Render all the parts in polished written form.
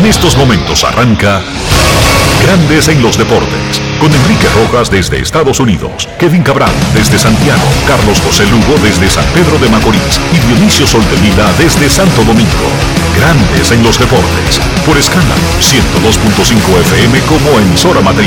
En estos momentos arranca Grandes en los Deportes, con Enrique Rojas desde Estados Unidos, Kevin Cabral desde Santiago, Carlos José Lugo desde San Pedro de Macorís y Dionisio Solterida desde Santo Domingo. Grandes en los Deportes, por Escándalo 102.5 FM como emisora matriz.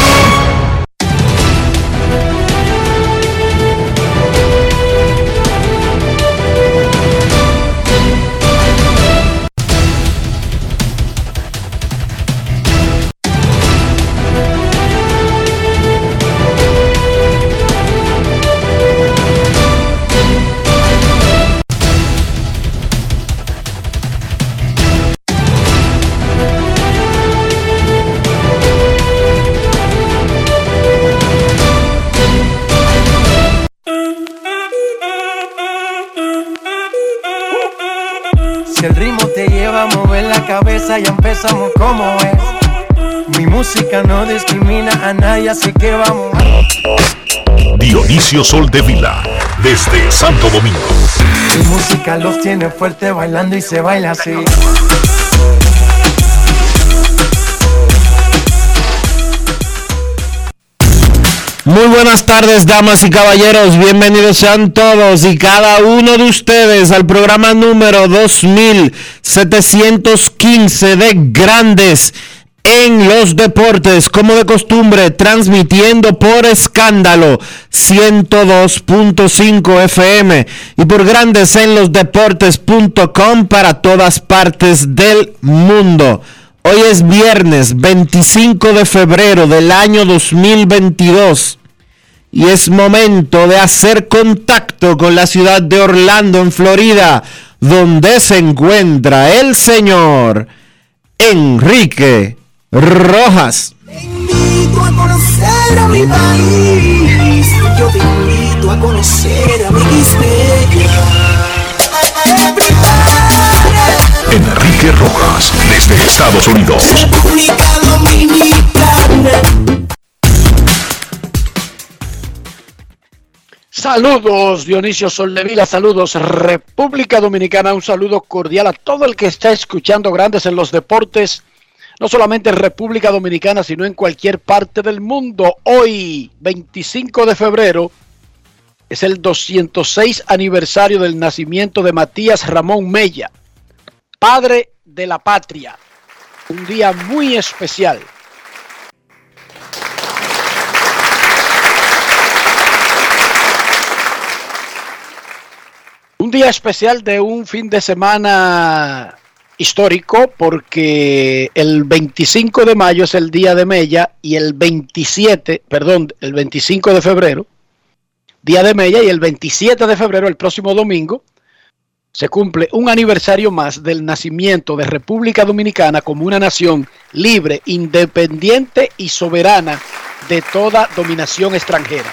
Ya empezamos como es. Mi música no discrimina a nadie, así que vamos. Dionisio Soldevila, desde Santo Domingo. Mi música los tiene fuerte bailando y se baila así. Muy buenas tardes, damas y caballeros, bienvenidos sean todos y cada uno de ustedes al programa número 2715 de Grandes en los Deportes, como de costumbre, transmitiendo por Escándalo 102.5 FM y por grandesenlosdeportes.com para todas partes del mundo. Hoy es viernes 25 de febrero del año 2022 y es momento de hacer contacto con la ciudad de Orlando, en Florida, donde se encuentra el señor Enrique Rojas. Te invito a conocer a mi país, yo te invito a conocer a mi Quispeya. Enrique Rojas, desde Estados Unidos. República Dominicana. Saludos Dionisio Soldevila, saludos República Dominicana, un saludo cordial a todo el que está escuchando Grandes en los Deportes, no solamente en República Dominicana, sino en cualquier parte del mundo. Hoy, 25 de febrero, es el 206 aniversario del nacimiento de Matías Ramón Mella, padre de la patria. Un día muy especial. Un día especial de un fin de semana histórico, porque el 25 de mayo es el día de Mella y el 25 de febrero, día de Mella, y el 27 de febrero, el próximo domingo, se cumple un aniversario más del nacimiento de República Dominicana como una nación libre, independiente y soberana de toda dominación extranjera.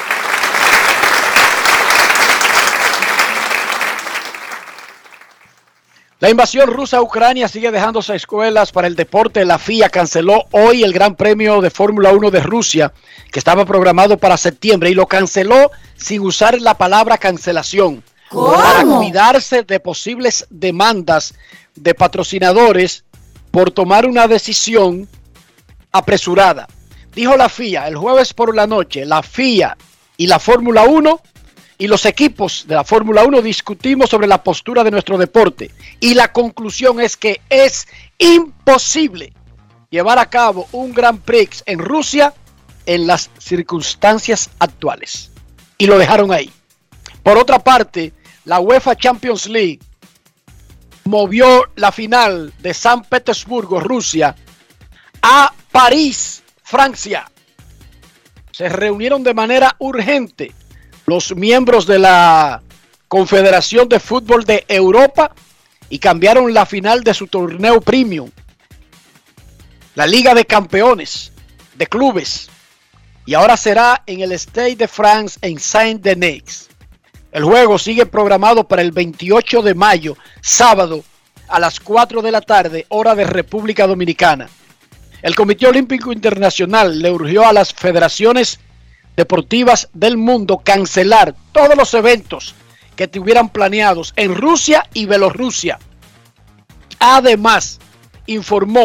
La invasión rusa a Ucrania sigue dejando secuelas para el deporte. La FIA canceló hoy el Gran Premio de Fórmula 1 de Rusia, que estaba programado para septiembre, y lo canceló sin usar la palabra cancelación. ¿Cómo? Para cuidarse de posibles demandas de patrocinadores por tomar una decisión apresurada. Dijo la FIA el jueves por la noche: la FIA y la Fórmula 1 y los equipos de la Fórmula 1 discutimos sobre la postura de nuestro deporte, y la conclusión es que es imposible llevar a cabo un Grand Prix en Rusia en las circunstancias actuales. Y lo dejaron ahí. Por otra parte, la UEFA Champions League movió la final de San Petersburgo, Rusia, a París, Francia. Se reunieron de manera urgente los miembros de la Confederación de Fútbol de Europa y cambiaron la final de su torneo premium, la Liga de Campeones de Clubes, y ahora será en el Stade de France en Saint-Denis. El juego sigue programado para el 28 de mayo, sábado, a las 4 de la tarde, hora de República Dominicana. El Comité Olímpico Internacional le urgió a las federaciones deportivas del mundo cancelar todos los eventos que tuvieran planeados en Rusia y Bielorrusia. Además, informó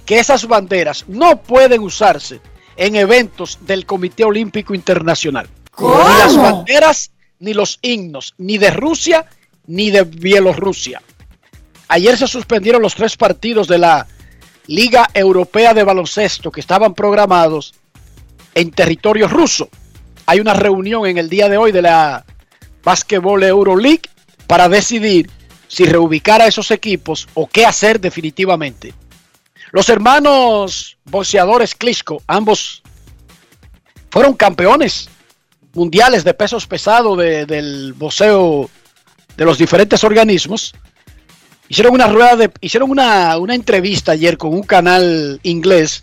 que esas banderas no pueden usarse en eventos del Comité Olímpico Internacional. ¿Cómo? Ni las banderas, ni los himnos, ni de Rusia, ni de Bielorrusia. Ayer se suspendieron los 3 partidos de la Liga Europea de Baloncesto que estaban programados en territorio ruso. Hay una reunión en el día de hoy de la Basketball Euroleague para decidir si reubicar a esos equipos o qué hacer definitivamente. Los hermanos boxeadores Klitschko, ambos fueron campeones mundiales de pesos pesados del boxeo de los diferentes organismos. Hicieron una entrevista ayer con un canal inglés,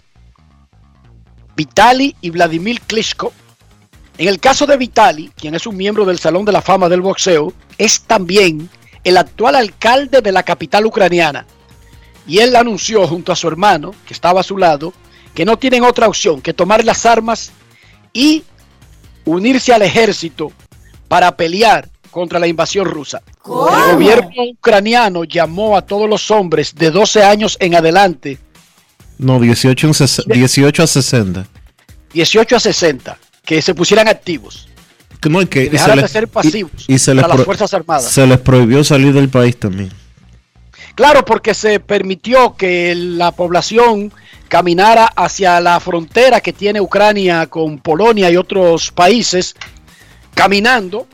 Vitali y Vladimir Klitschko. En el caso de Vitali, quien es un miembro del Salón de la Fama del Boxeo, es también el actual alcalde de la capital ucraniana. Y él anunció junto a su hermano, que estaba a su lado, que no tienen otra opción que tomar las armas y unirse al ejército para pelear contra la invasión rusa. ¿Cómo? El gobierno ucraniano llamó a todos los hombres de 12 años en adelante. No, 18 a 60. 18 a 60, que se pusieran activos. No, y que dejaran de ser pasivos para las Fuerzas Armadas. Se les prohibió salir del país también. Claro, porque se permitió que la población caminara hacia la frontera que tiene Ucrania con Polonia y otros países, caminando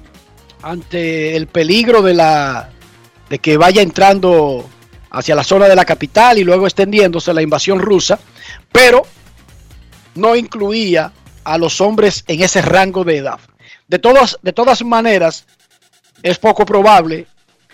ante el peligro de que vaya entrando hacia la zona de la capital y luego extendiéndose la invasión rusa, pero no incluía a los hombres en ese rango de edad. De todas maneras, es poco probable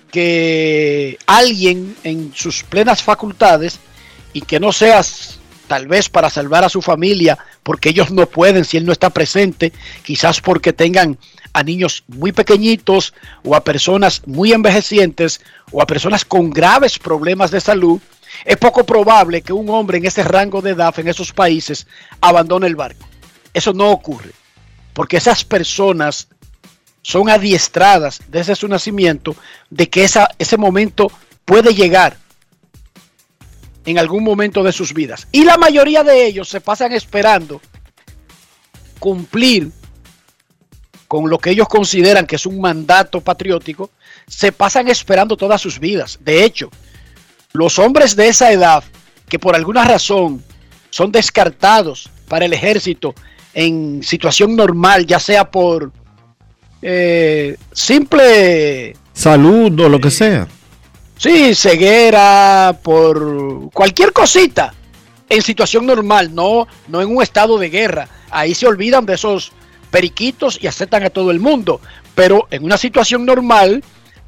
que alguien en sus plenas facultades, y que no seas tal vez para salvar a su familia, porque ellos no pueden si él no está presente, quizás porque tengan a niños muy pequeñitos o a personas muy envejecientes o a personas con graves problemas de salud, es poco probable que un hombre en ese rango de edad en esos países abandone el barco. Eso no ocurre, porque esas personas son adiestradas desde su nacimiento de que ese momento puede llegar en algún momento de sus vidas. Y la mayoría de ellos se pasan esperando cumplir con lo que ellos consideran que es un mandato patriótico, se pasan esperando todas sus vidas. De hecho, los hombres de esa edad que por alguna razón son descartados para el ejército en situación normal, ya sea por simple salud o lo que sea, sí, ceguera, por cualquier cosita, en situación normal, no en un estado de guerra, ahí se olvidan de esos periquitos y aceptan a todo el mundo, pero en una situación normal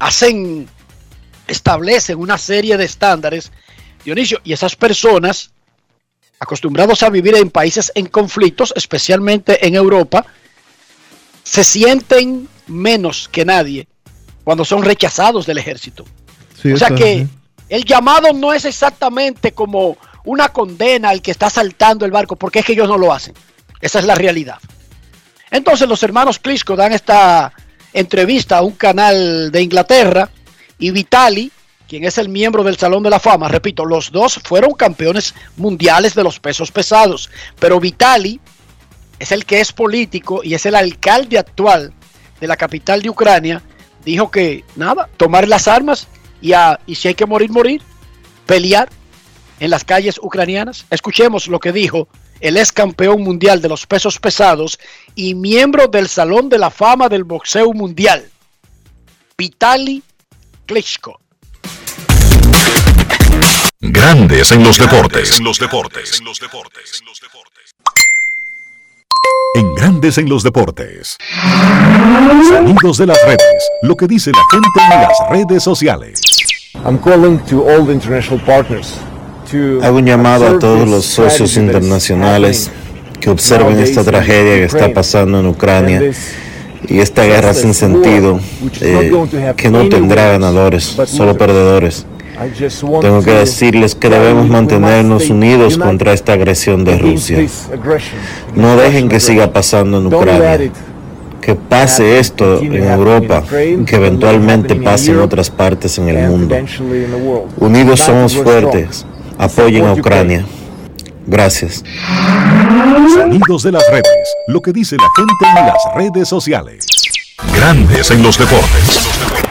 establecen una serie de estándares, Dionisio, y esas personas acostumbrados a vivir en países en conflictos, especialmente en Europa, se sienten menos que nadie cuando son rechazados del ejército. Sí, o sea que el llamado no es exactamente como una condena al que está saltando el barco, porque es que ellos no lo hacen. Esa es la realidad. Entonces los hermanos Klitschko dan esta entrevista a un canal de Inglaterra y Vitali, quien es el miembro del Salón de la Fama, repito, los dos fueron campeones mundiales de los pesos pesados, pero Vitali es el que es político y es el alcalde actual de la capital de Ucrania, dijo que nada, tomar las armas y si hay que morir, pelear en las calles ucranianas. Escuchemos lo que dijo el ex campeón mundial de los pesos pesados y miembro del Salón de la Fama del Boxeo Mundial, Vitali Klitschko. Grandes en los deportes. En Grandes en los deportes. Sonidos de las redes. Lo que dice la gente en las redes sociales. Hago un llamado a todos los socios internacionales que observen esta tragedia que está pasando en Ucrania y esta guerra sin sentido, que no tendrá ganadores, solo perdedores. Tengo que decirles que debemos mantenernos unidos contra esta agresión de Rusia. No dejen que siga pasando en Ucrania. Que pase esto en Europa, que eventualmente pase en otras partes en el mundo. Unidos somos fuertes. Apoyen a Ucrania. Gracias. Sonidos de las redes. Lo que dice la gente en las redes sociales. Grandes en los deportes.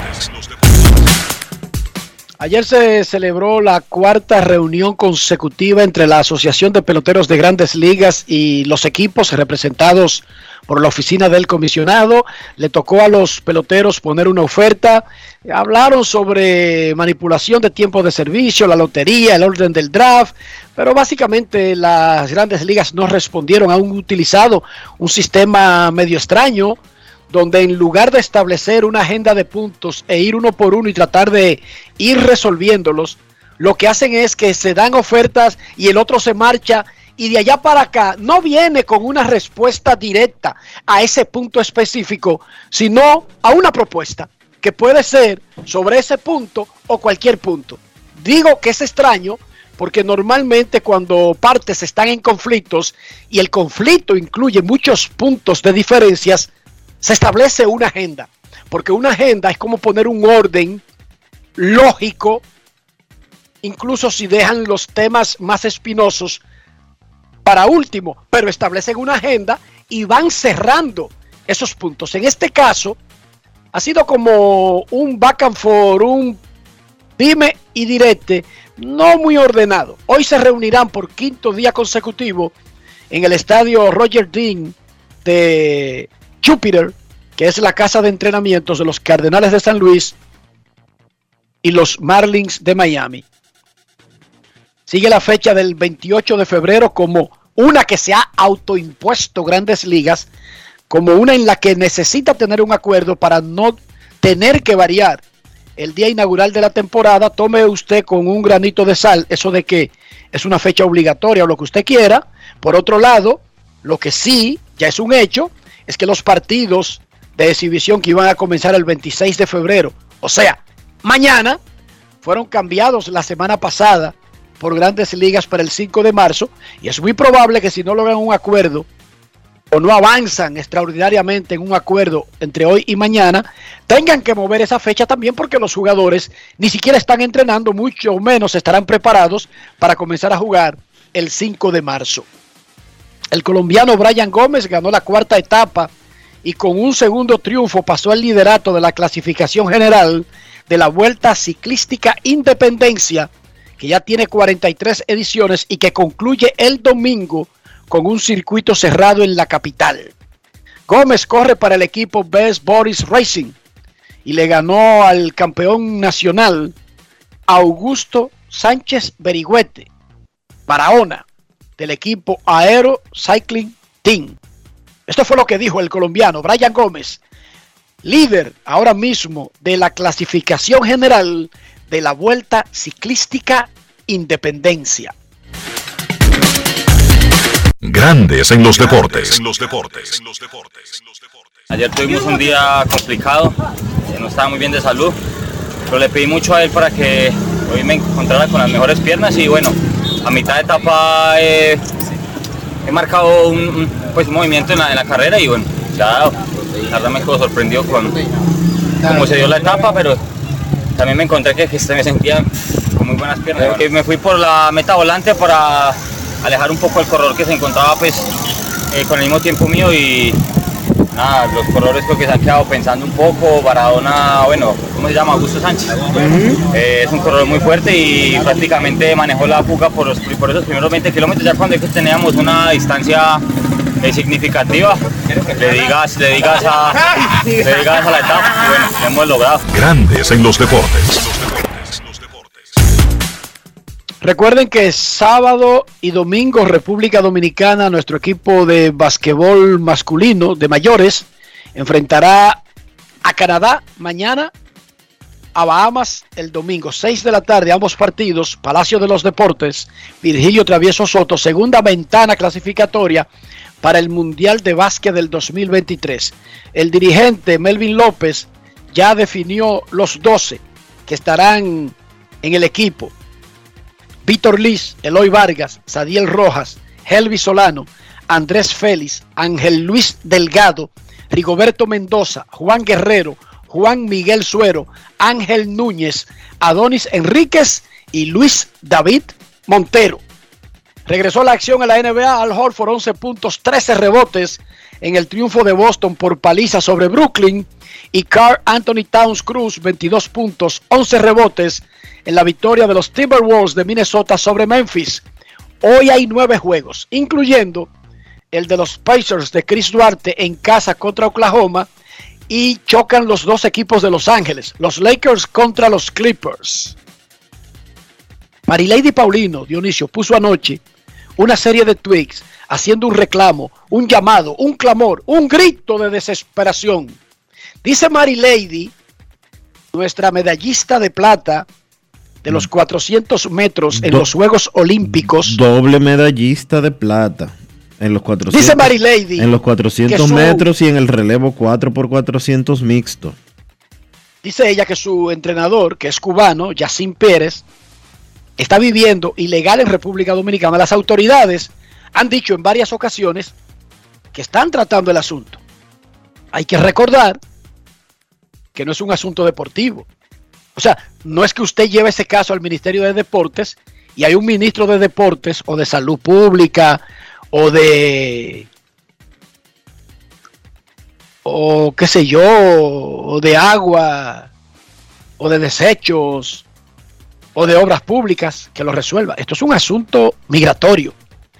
Ayer se celebró la cuarta reunión consecutiva entre la Asociación de Peloteros de Grandes Ligas y los equipos representados por la oficina del comisionado. Le tocó a los peloteros poner una oferta. Hablaron sobre manipulación de tiempo de servicio, la lotería, el orden del draft, pero básicamente las Grandes Ligas no respondieron. Han utilizado un sistema medio extraño, donde en lugar de establecer una agenda de puntos e ir uno por uno y tratar de ir resolviéndolos, lo que hacen es que se dan ofertas y el otro se marcha y de allá para acá no viene con una respuesta directa a ese punto específico, sino a una propuesta que puede ser sobre ese punto o cualquier punto. Digo que es extraño porque normalmente cuando partes están en conflictos y el conflicto incluye muchos puntos de diferencias, se establece una agenda, porque una agenda es como poner un orden lógico, incluso si dejan los temas más espinosos para último, pero establecen una agenda y van cerrando esos puntos. En este caso, ha sido como un back and forth, un dime y direte, no muy ordenado. Hoy se reunirán por quinto día consecutivo en el estadio Roger Dean de Júpiter, que es la casa de entrenamientos de los Cardenales de San Luis y los Marlins de Miami. Sigue la fecha del 28 de febrero como una que se ha autoimpuesto Grandes Ligas, como una en la que necesita tener un acuerdo para no tener que variar el día inaugural de la temporada. Tome usted con un granito de sal eso de que es una fecha obligatoria o lo que usted quiera. Por otro lado, lo que sí ya es un hecho es que los partidos de exhibición que iban a comenzar el 26 de febrero, o sea, mañana, fueron cambiados la semana pasada por Grandes Ligas para el 5 de marzo, y es muy probable que si no logran un acuerdo o no avanzan extraordinariamente en un acuerdo entre hoy y mañana, tengan que mover esa fecha también, porque los jugadores ni siquiera están entrenando, mucho menos estarán preparados para comenzar a jugar el 5 de marzo. El colombiano Brian Gómez ganó la cuarta etapa y con un segundo triunfo pasó al liderato de la clasificación general de la Vuelta Ciclística Independencia, que ya tiene 43 ediciones y que concluye el domingo con un circuito cerrado en la capital. Gómez corre para el equipo Best Boris Racing y le ganó al campeón nacional Augusto Sánchez Berigüete, Barahona, del equipo Aero Cycling Team. Esto fue lo que dijo el colombiano Brian Gómez, líder ahora mismo de la clasificación general de la Vuelta Ciclística Independencia. Grandes en los deportes. Ayer tuvimos un día complicado, no estaba muy bien de salud, pero le pedí mucho a él para que hoy me encontrara con las mejores piernas y bueno, a mitad de etapa he marcado un movimiento en la carrera y bueno, ya la verdad me quedo sorprendido con cómo se dio la etapa, pero también me encontré que me sentía con muy buenas piernas. Que me fui por la meta volante para alejar un poco el corredor que se encontraba con el mismo tiempo mío y nada, los corredores creo que se han quedado pensando un poco. Barahona, bueno, ¿cómo se llama? Augusto Sánchez. Es un corredor muy fuerte y prácticamente manejó la fuga por esos primeros 20 kilómetros, ya cuando teníamos una distancia significativa, le digas a la etapa y bueno, lo hemos logrado. Grandes en los deportes. Recuerden que sábado y domingo República Dominicana, nuestro equipo de basquetbol masculino de mayores, enfrentará a Canadá mañana, a Bahamas el domingo, 6 de la tarde, ambos partidos, Palacio de los Deportes, Virgilio Travieso Soto, segunda ventana clasificatoria para el Mundial de Básquet del 2023. El dirigente Melvin López ya definió los 12 que estarán en el equipo. Víctor Liz, Eloy Vargas, Sadiel Rojas, Helvi Solano, Andrés Félix, Ángel Luis Delgado, Rigoberto Mendoza, Juan Guerrero, Juan Miguel Suero, Ángel Núñez, Adonis Enríquez y Luis David Montero. Regresó a la acción en la NBA. Al Horford, 11 puntos, 13 rebotes en el triunfo de Boston por paliza sobre Brooklyn. Y Karl Anthony Towns Cruz, 22 puntos, 11 rebotes en la victoria de los Timberwolves de Minnesota sobre Memphis. Hoy hay 9 juegos, incluyendo el de los Pacers de Chris Duarte en casa contra Oklahoma. Y chocan los dos equipos de Los Ángeles, los Lakers contra los Clippers. Marilady Paulino, Dionisio, puso anoche una serie de tweets haciendo un reclamo, un llamado, un clamor, un grito de desesperación. Dice Marilady, nuestra medallista de plata de los 400 metros en los Juegos Olímpicos. Doble medallista de plata en los 400. Dice Marilady en los 400 metros y en el relevo 4x400 mixto. Dice ella que su entrenador, que es cubano, Yacine Pérez, está viviendo ilegal en República Dominicana. Las autoridades han dicho en varias ocasiones que están tratando el asunto. Hay que recordar que no es un asunto deportivo. O sea, no es que usted lleve ese caso al Ministerio de Deportes y hay un ministro de Deportes o de Salud Pública o qué sé yo, o de agua, o de desechos, o de obras públicas que lo resuelva. Esto es un asunto migratorio.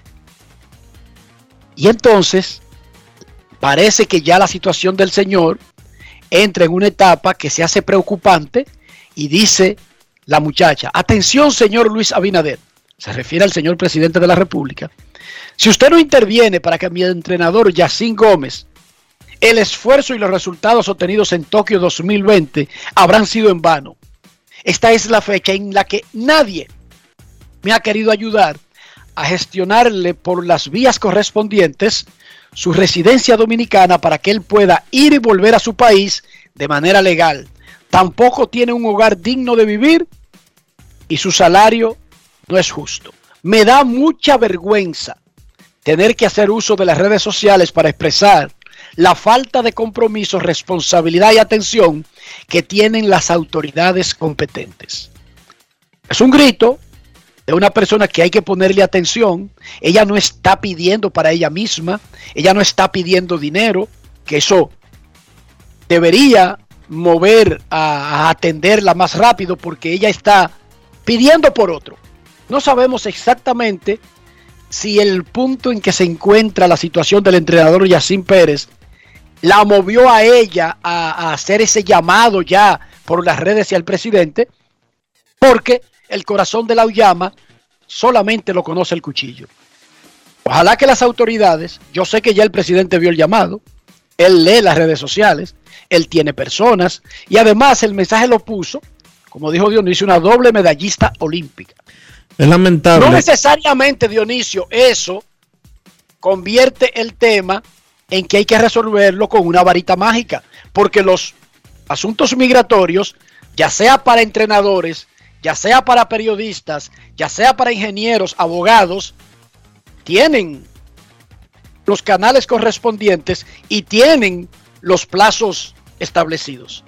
Y entonces, parece que ya la situación del señor entra en una etapa que se hace preocupante y dice la muchacha, atención señor Luis Abinader, se refiere al señor presidente de la República, si usted no interviene para que mi entrenador Yacine Gómez, el esfuerzo y los resultados obtenidos en Tokio 2020 habrán sido en vano. Esta es la fecha en la que nadie me ha querido ayudar a gestionarle por las vías correspondientes su residencia dominicana para que él pueda ir y volver a su país de manera legal. Tampoco tiene un hogar digno de vivir y su salario no es justo. Me da mucha vergüenza tener que hacer uso de las redes sociales para expresar la falta de compromiso, responsabilidad y atención que tienen las autoridades competentes. Es un grito de una persona que hay que ponerle atención. Ella no está pidiendo para ella misma, ella no está pidiendo dinero, que eso debería mover a atenderla más rápido porque ella está pidiendo por otro. No sabemos exactamente si el punto en que se encuentra la situación del entrenador Yacine Pérez la movió a ella a hacer ese llamado ya por las redes y al presidente, porque el corazón de la llama solamente lo conoce el cuchillo. Ojalá que las autoridades, yo sé que ya el presidente vio el llamado, él lee las redes sociales, él tiene personas y además el mensaje lo puso, como dijo Dionisio, una doble medallista olímpica. Es lamentable. No necesariamente, Dionisio, eso convierte el tema en que hay que resolverlo con una varita mágica, porque los asuntos migratorios, ya sea para entrenadores, ya sea para periodistas, ya sea para ingenieros, abogados, tienen los canales correspondientes y tienen los plazos establecidos.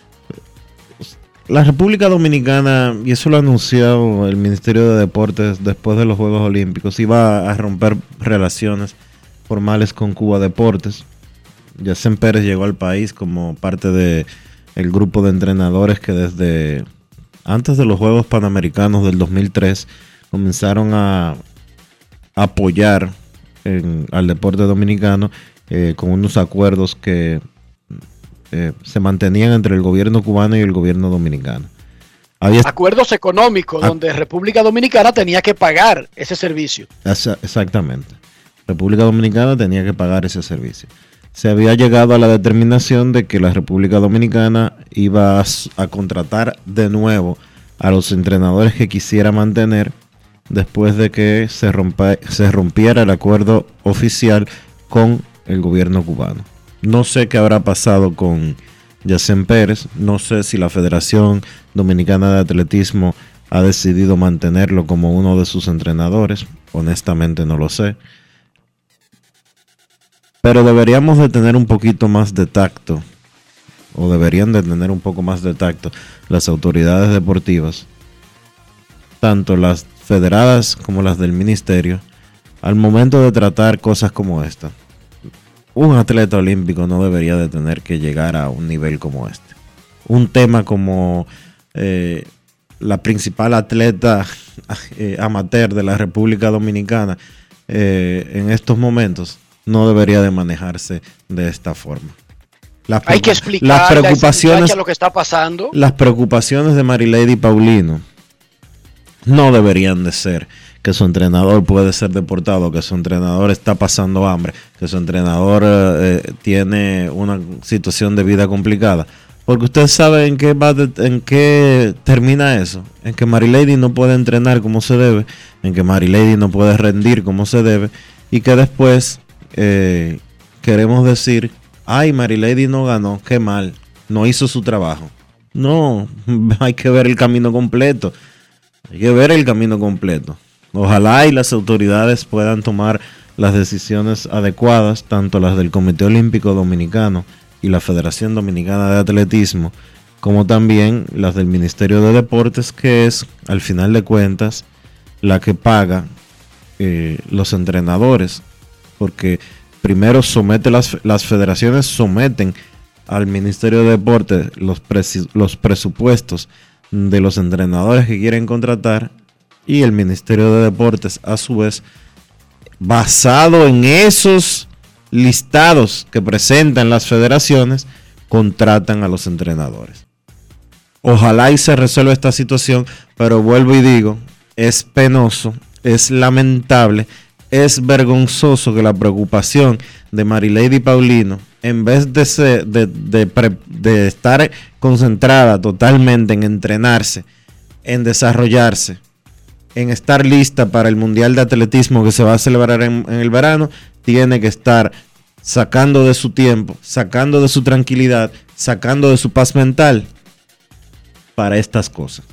La República Dominicana, y eso lo ha anunciado el Ministerio de Deportes después de los Juegos Olímpicos, iba a romper relaciones formales con Cuba Deportes. Yacine Pérez llegó al país como parte del grupo de entrenadores que desde antes de los Juegos Panamericanos del 2003 comenzaron a apoyar al deporte dominicano con unos acuerdos que se mantenían entre el gobierno cubano y el gobierno dominicano. Acuerdos económicos donde República Dominicana tenía que pagar ese servicio. Exactamente. República Dominicana tenía que pagar ese servicio. Se había llegado a la determinación de que la República Dominicana iba a contratar de nuevo a los entrenadores que quisiera mantener después de que se rompiera el acuerdo oficial con el gobierno cubano. No sé qué habrá pasado con Yacine Pérez, no sé si la Federación Dominicana de Atletismo ha decidido mantenerlo como uno de sus entrenadores, honestamente no lo sé. Pero deberíamos de tener un poquito más de tacto, o deberían de tener un poco más de tacto las autoridades deportivas, tanto las federadas como las del ministerio, al momento de tratar cosas como esta, un atleta olímpico no debería de tener que llegar a un nivel como este. Un tema como la principal atleta amateur de la República Dominicana en estos momentos no debería de manejarse de esta forma. Hay que explicarle a esa muchacha lo que está pasando. Las preocupaciones de Marilady Paulino no deberían de ser que su entrenador puede ser deportado, que su entrenador está pasando hambre, que su entrenador tiene una situación de vida complicada. Porque usted sabe en qué termina eso. En que Marilady no puede entrenar como se debe, en que Marilady no puede rendir como se debe, y que después queremos decir, ay, Marilady no ganó, qué mal, no hizo su trabajo. No, hay que ver el camino completo. Hay que ver el camino completo. Ojalá y las autoridades puedan tomar las decisiones adecuadas, tanto las del Comité Olímpico Dominicano y la Federación Dominicana de Atletismo, como también las del Ministerio de Deportes, que es, al final de cuentas, la que paga los entrenadores, porque primero las federaciones someten al Ministerio de Deportes los presupuestos de los entrenadores que quieren contratar, y el Ministerio de Deportes, a su vez, basado en esos listados que presentan las federaciones, contratan a los entrenadores. Ojalá y se resuelva esta situación, pero vuelvo y digo, es penoso, es lamentable, es vergonzoso que la preocupación de Marilady Paulino, en vez de estar concentrada totalmente en entrenarse, en desarrollarse, en estar lista para el Mundial de Atletismo que se va a celebrar en el verano, tiene que estar sacando de su tiempo, sacando de su tranquilidad, sacando de su paz mental para estas cosas.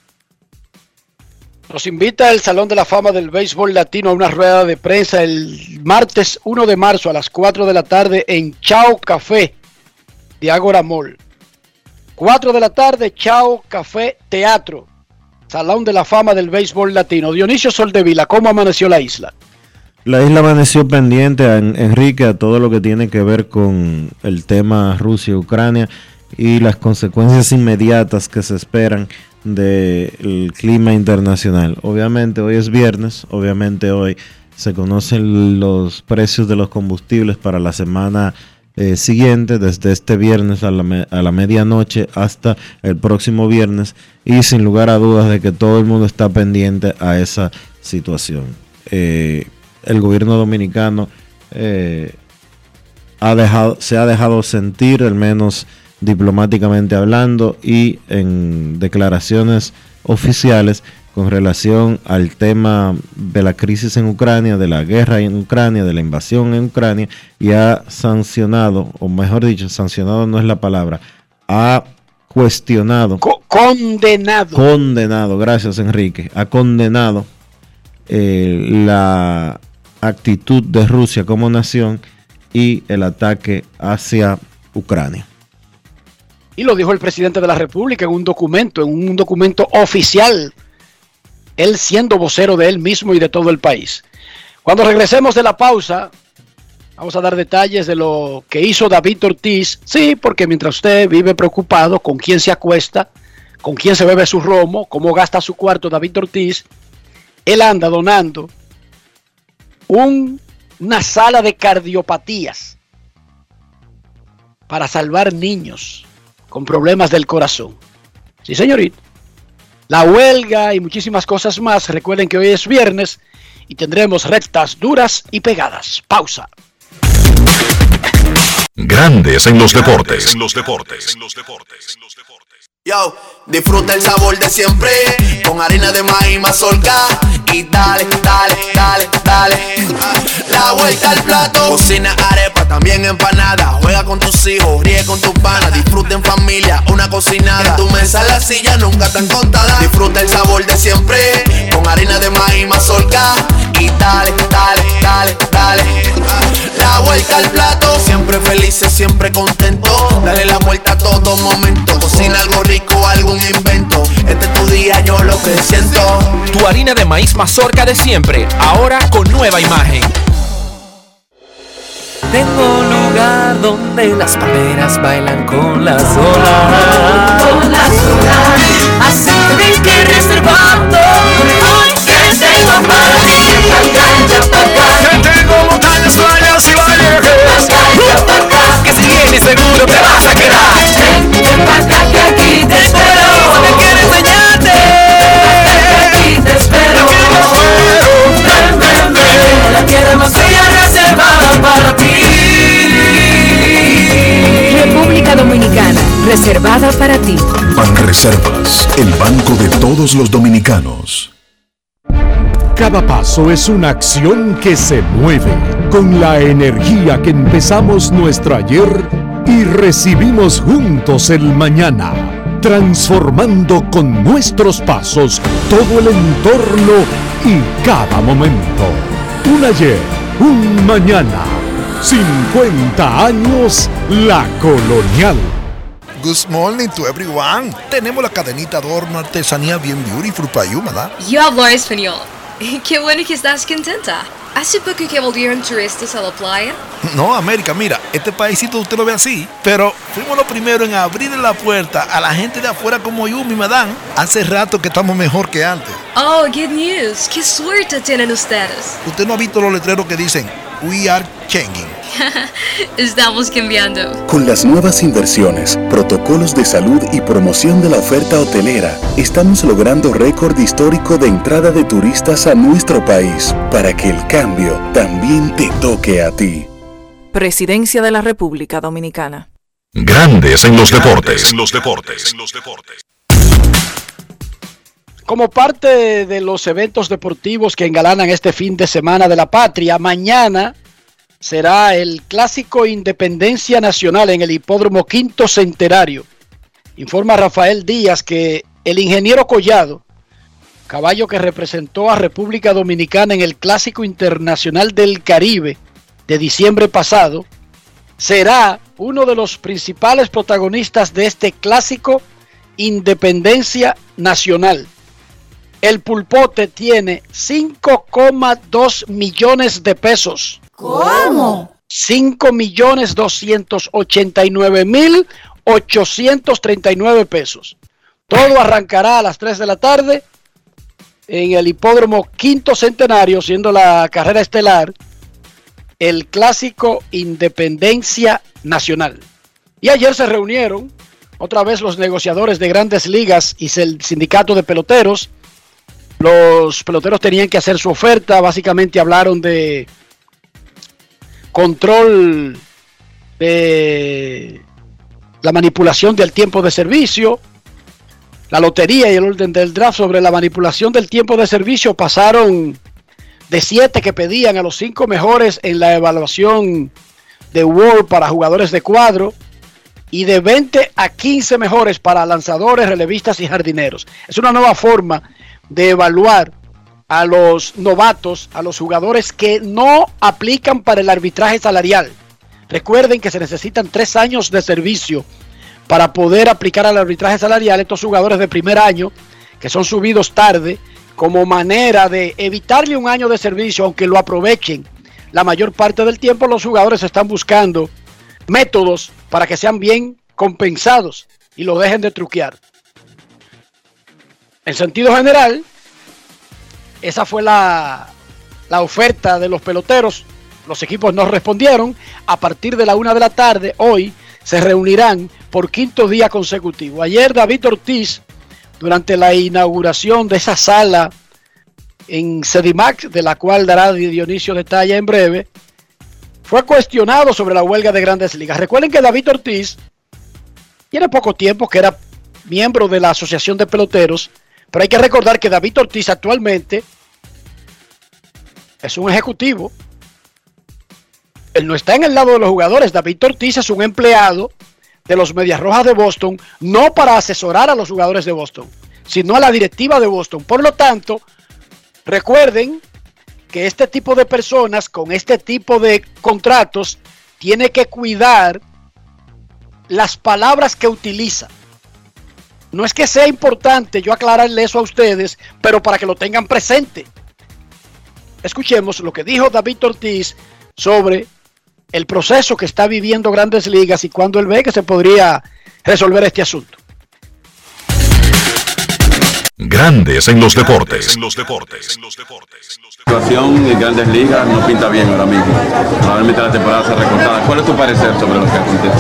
Nos invita el Salón de la Fama del Béisbol Latino a una rueda de prensa el martes 1 de marzo a las 4 de la tarde en Chao Café de Ágora Mall. 4 de la tarde, Chao Café Teatro, Salón de la Fama del Béisbol Latino. Dionisio Soldevila, ¿cómo amaneció la isla? La isla amaneció pendiente, Enrique, a todo lo que tiene que ver con el tema Rusia-Ucrania y las consecuencias inmediatas que se esperan del clima internacional. Obviamente hoy es viernes, obviamente hoy se conocen los precios de los combustibles para la semana siguiente, desde este viernes a la medianoche hasta el próximo viernes, y sin lugar a dudas de que todo el mundo está pendiente a esa situación. El gobierno dominicano se ha dejado sentir, al menos diplomáticamente hablando, y en declaraciones oficiales con relación al tema de la crisis en Ucrania, de la guerra en Ucrania, de la invasión en Ucrania, y ha sancionado, o mejor dicho, sancionado no es la palabra, ha cuestionado, condenado, gracias Enrique, ha condenado la actitud de Rusia como nación y el ataque hacia Ucrania. Y lo dijo el presidente de la República en un documento oficial, él siendo vocero de él mismo y de todo el país. Cuando regresemos de la pausa, vamos a dar detalles de lo que hizo David Ortiz. Sí, porque mientras usted vive preocupado con quién se acuesta, con quién se bebe su romo, cómo gasta su cuarto David Ortiz, él anda donando una sala de cardiopatías para salvar niños con problemas del corazón. Sí, señorita. La huelga y muchísimas cosas más. Recuerden que hoy es viernes y tendremos rectas duras y pegadas. Pausa. Grandes en los deportes. Yo, disfruta el sabor de siempre, con harina de maíz mazorca y dale, dale, dale, dale. La vuelta al plato, cocina arepa, también empanada. Juega con tus hijos, ríe con tus panas, disfruta en familia, una cocinada. En tu mesa la silla nunca tan contada. Disfruta el sabor de siempre, con harina de maíz mazorca y dale, dale, dale, dale. La vuelta al plato, siempre feliz dice siempre contento. Dale la vuelta a todo momento. Cocina algo rico, algún invento. Este es tu día, yo lo que siento. Tu harina de maíz mazorca de siempre, ahora con nueva imagen. Tengo un lugar donde las palmeras bailan con las olas. Con las olas. Así que que reservando. Hoy que tengo para ti. Que tengo montañas, playas y valles. Que si vienes seguro te vas a quedar. Ven para acá que aquí te espero. Que quiero enseñarte. Aquí te espero. Ven, ven, ven. La tierra más bella reservada para ti. República Dominicana, reservada para ti. Banreservas, el banco de todos los dominicanos. Cada paso es una acción que se mueve con la energía que empezamos nuestro ayer y recibimos juntos el mañana, transformando con nuestros pasos todo el entorno y cada momento. Un ayer, un mañana, 50 años La Colonial. Good morning to everyone. Tenemos la cadenita adorno artesanía bien beautiful para you, ¿verdad? Yo hablo español. Qué bueno que estás contenta. ¿Hace poco que volvieron turistas a la playa? No, América, mira, este paísito usted lo ve así, pero fuimos los primeros en abrirle la puerta a la gente de afuera como yo, mi madame. Hace rato que estamos mejor que antes. Oh, good news. Qué suerte tienen ustedes. ¿Usted no ha visto los letreros que dicen We are changing? Estamos cambiando. Con las nuevas inversiones, protocolos de salud y promoción de la oferta hotelera, estamos logrando récord histórico de entrada de turistas a nuestro país, para que el cambio también te toque a ti. Presidencia de la República Dominicana. Grandes en los deportes. Como parte de los eventos deportivos que engalanan este fin de semana de la patria, mañana será el Clásico Independencia Nacional en el Hipódromo Quinto Centenario. Informa Rafael Díaz que el ingeniero Collado, caballo que representó a República Dominicana en el Clásico Internacional del Caribe de diciembre pasado, será uno de los principales protagonistas de este Clásico Independencia Nacional. El pulpote tiene 5,2 millones de pesos. ¿Cómo? 5.289.839 pesos. Todo arrancará a las 3 de la tarde en el Hipódromo Quinto Centenario, siendo la carrera estelar el Clásico Independencia Nacional. Y ayer se reunieron otra vez los negociadores de Grandes Ligas y el sindicato de peloteros. Los peloteros tenían que hacer su oferta. Básicamente hablaron de control de la manipulación del tiempo de servicio, la lotería y el orden del draft. Sobre la manipulación del tiempo de servicio, pasaron de 7 que pedían a los 5 mejores en la evaluación de WAR para jugadores de cuadro, y de 20 a 15 mejores para lanzadores, relevistas y jardineros. Es una nueva forma de evaluar a los novatos, a los jugadores que no aplican para el arbitraje salarial. Recuerden que se necesitan 3 años de servicio para poder aplicar al arbitraje salarial. Estos jugadores de primer año, que son subidos tarde, como manera de evitarle un año de servicio, aunque lo aprovechen la mayor parte del tiempo, los jugadores están buscando métodos para que sean bien compensados y lo dejen de truquear. En sentido general, esa fue la oferta de los peloteros. Los equipos no respondieron. A partir de la 1 de la tarde, hoy, se reunirán por 5º día consecutivo. Ayer David Ortiz, durante la inauguración de esa sala en Sedimac, de la cual dará Dionisio detalle en breve, fue cuestionado sobre la huelga de Grandes Ligas. Recuerden que David Ortiz tiene poco tiempo que era miembro de la Asociación de Peloteros, pero hay que recordar que David Ortiz actualmente es un ejecutivo. Él no está en el lado de los jugadores. David Ortiz es un empleado de los Medias Rojas de Boston, no para asesorar a los jugadores de Boston, sino a la directiva de Boston. Por lo tanto, recuerden que este tipo de personas con este tipo de contratos tiene que cuidar las palabras que utiliza. No es que sea importante yo aclararle eso a ustedes, pero para que lo tengan presente. Escuchemos lo que dijo David Ortiz sobre el proceso que está viviendo Grandes Ligas y cuándo él ve que se podría resolver este asunto. Grandes en los deportes. La situación en Grandes Ligas no pinta bien ahora mismo. Probablemente la temporada se recortada. ¿Cuál es tu parecer sobre lo que acontece?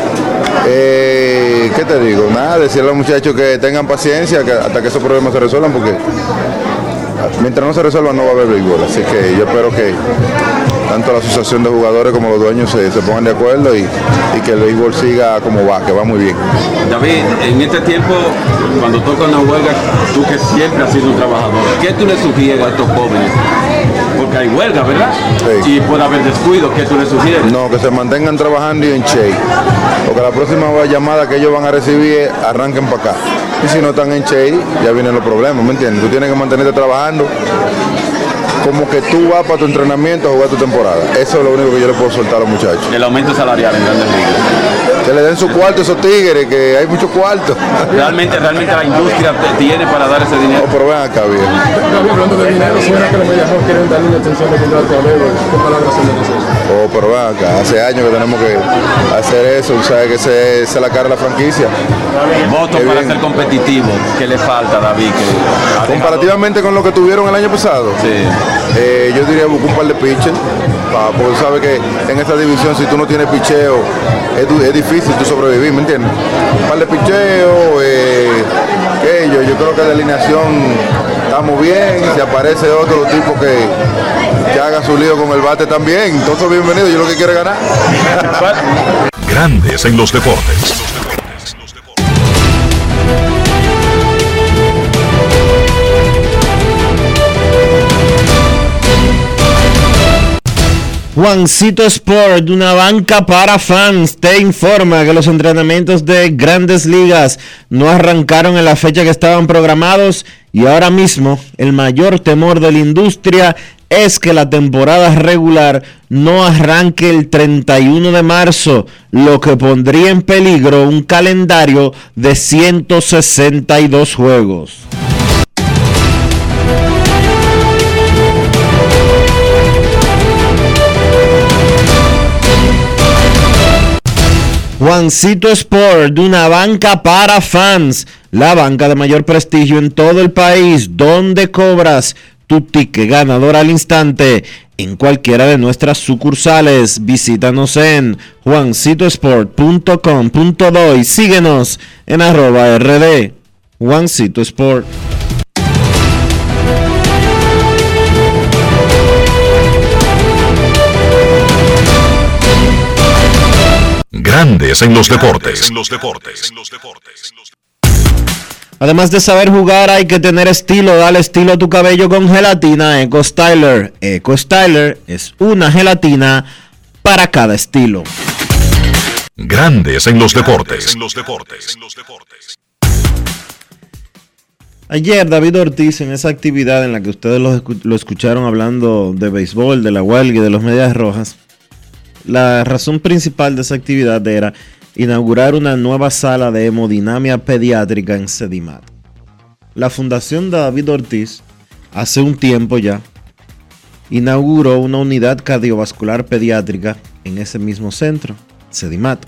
¿Qué te digo? Nada, decirle a los muchachos que tengan paciencia hasta que esos problemas se resuelvan, porque mientras no se resuelvan no va a haber béisbol. Así que yo espero que tanto la asociación de jugadores como los dueños se pongan de acuerdo y que el béisbol siga como va, que va muy bien. David, en este tiempo, cuando toca una huelga, tú que siempre has sido un trabajador, ¿qué tú le sugieres a estos jóvenes? Porque hay huelga, ¿verdad? Sí. Y puede haber descuido, ¿qué tú le sugieres? No, que se mantengan trabajando y en shape. Porque la próxima llamada que ellos van a recibir es arranquen para acá. Y si no están en shape, ya vienen los problemas, ¿me entiendes? Tú tienes que mantenerte trabajando como que tú vas para tu entrenamiento a jugar tu temporada. Eso es lo único que yo le puedo soltar a los muchachos. El aumento salarial en Grandes Ligas. Que le den su cuarto a esos tigres, que hay mucho cuarto. Realmente la industria tiene para dar ese dinero. No, pero ven acá, bien. Hablando de dinero, suena que los Medias Rojas quieren darle una extensión de contrato a Leo. ¿Qué palabras son de eso? Oh, pero ven acá, hace años que tenemos que hacer eso, ¿sabes? Que esa es la cara de la franquicia. Votos para ser competitivo, ¿qué le falta, David? Comparativamente con lo que tuvieron el año pasado, sí. Yo diría buscar un par de pitchers, porque sabes que en esta división si tú no tienes picheo es difícil tú sobrevivir, ¿me entiendes? Un par de picheo, yo creo que la alineación estamos bien, si aparece otro tipo que haga su lío con el bate también, entonces bienvenido, yo lo que quiero es ganar. Grandes en los deportes. Juancito Sport, una banca para fans, te informa que los entrenamientos de Grandes Ligas no arrancaron en la fecha que estaban programados y ahora mismo el mayor temor de la industria es que la temporada regular no arranque el 31 de marzo, lo que pondría en peligro un calendario de 162 juegos. Juancito Sport, una banca para fans, la banca de mayor prestigio en todo el país, donde cobras tu ticket ganador al instante en cualquiera de nuestras sucursales. Visítanos en juancitosport.com.do y síguenos en @RD Juancito Sport. Grandes en los deportes. Además de saber jugar, hay que tener estilo. Dale estilo a tu cabello con gelatina Eco Styler. Eco Styler es una gelatina para cada estilo. Grandes en los deportes. Ayer David Ortiz, en esa actividad en la que ustedes lo escucharon hablando de béisbol, de la huelga y de los Medias Rojas, la razón principal de esa actividad era inaugurar una nueva sala de hemodinamia pediátrica en Sedimat. La Fundación de David Ortiz, hace un tiempo ya, inauguró una unidad cardiovascular pediátrica en ese mismo centro, Sedimat.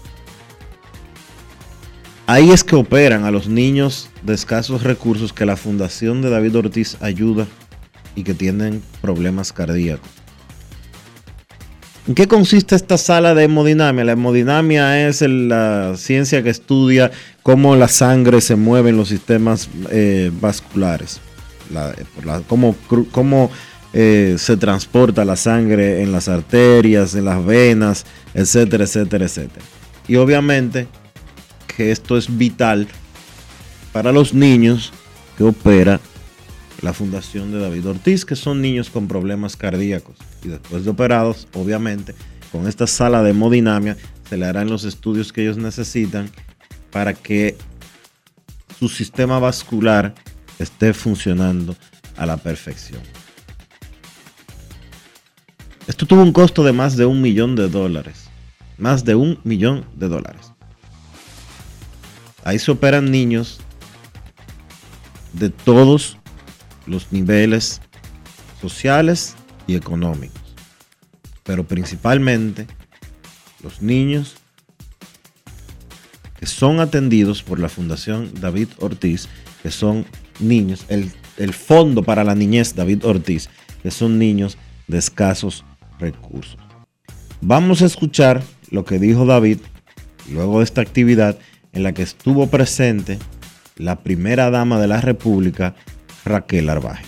Ahí es que operan a los niños de escasos recursos que la Fundación de David Ortiz ayuda y que tienen problemas cardíacos. ¿En qué consiste esta sala de hemodinamia? La hemodinamia es la ciencia que estudia cómo la sangre se mueve en los sistemas vasculares, cómo se transporta la sangre en las arterias, en las venas, etcétera, etcétera, etcétera. Y obviamente que esto es vital para los niños que opera la Fundación de David Ortiz, que son niños con problemas cardíacos. Y después de operados, obviamente, con esta sala de hemodinamia se le harán los estudios que ellos necesitan para que su sistema vascular esté funcionando a la perfección. Esto tuvo un costo de más de $1 millón. Más de $1 millón. Ahí se operan niños de todos los niveles sociales y económicos, pero principalmente los niños que son atendidos por la Fundación David Ortiz, que son niños, el Fondo para la Niñez David Ortiz, que son niños de escasos recursos. Vamos a escuchar lo que dijo David luego de esta actividad en la que estuvo presente la primera dama de la República, Raquel Arbaje.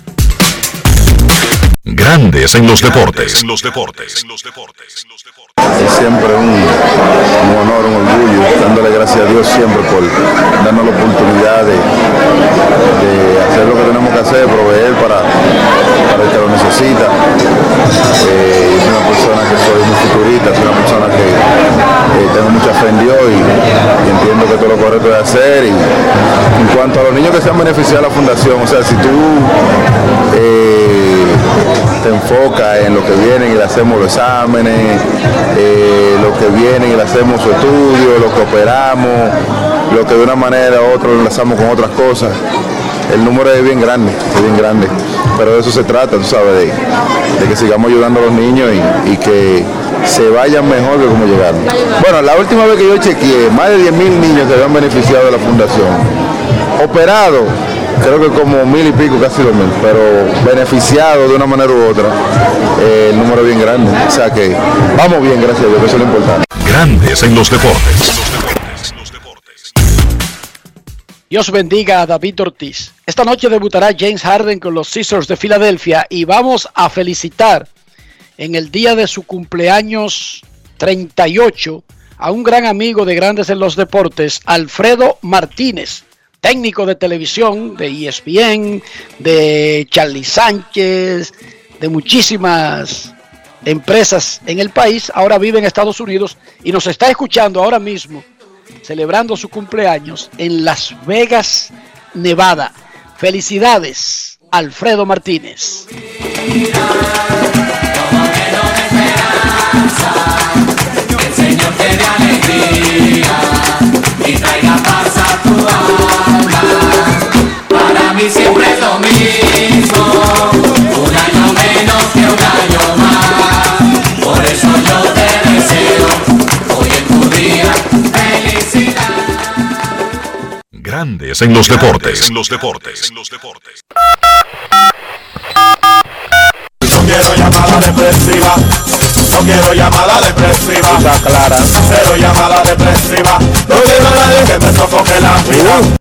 Grandes en los deportes. Es siempre un honor, un orgullo, dándole gracias a Dios siempre por darnos la oportunidad de hacer lo que tenemos que hacer, proveer para el que lo necesita. Soy una persona que soy muy futurista, soy una persona que tengo mucha fe en Dios y entiendo que todo lo correcto es hacer. Y en cuanto a los niños que se han beneficiado de la fundación, o sea, si tú te enfocas en lo que vienen y le hacemos los exámenes, lo que vienen y le hacemos su estudio, lo que operamos, lo que de una manera u otra lo enlazamos con otras cosas, el número es bien grande, pero de eso se trata, tú sabes, de que sigamos ayudando a los niños y que se vayan mejor de como llegaron. Bueno, la última vez que yo chequeé, más de 10,000 niños se habían beneficiado de la fundación. Operados, creo que como 1,000 y pico, casi 2,000, pero beneficiados de una manera u otra, el número es bien grande. O sea que vamos bien, gracias a Dios, que eso es lo importante. Grandes en los deportes. Dios bendiga a David Ortiz. Esta noche debutará James Harden con los Sixers de Filadelfia y vamos a felicitar en el día de su cumpleaños 38 a un gran amigo de Grandes en los Deportes, Alfredo Martínez, técnico de televisión de ESPN, de Charlie Sánchez, de muchísimas empresas en el país. Ahora vive en Estados Unidos y nos está escuchando ahora mismo, celebrando su cumpleaños en Las Vegas, Nevada. Felicidades, Alfredo Martínez. El Señor te dé alegría y traiga paz a tu alma. Para mí siempre es lo mismo, un año menos que un año más. Por eso yo te deseo hoy en tu día felicidad. Grandes en los deportes. No quiero llamada depresiva. No quiero llamada depresiva. Está clara. Cero llamada depresiva. No quiero a nadie que me sofoque la vida.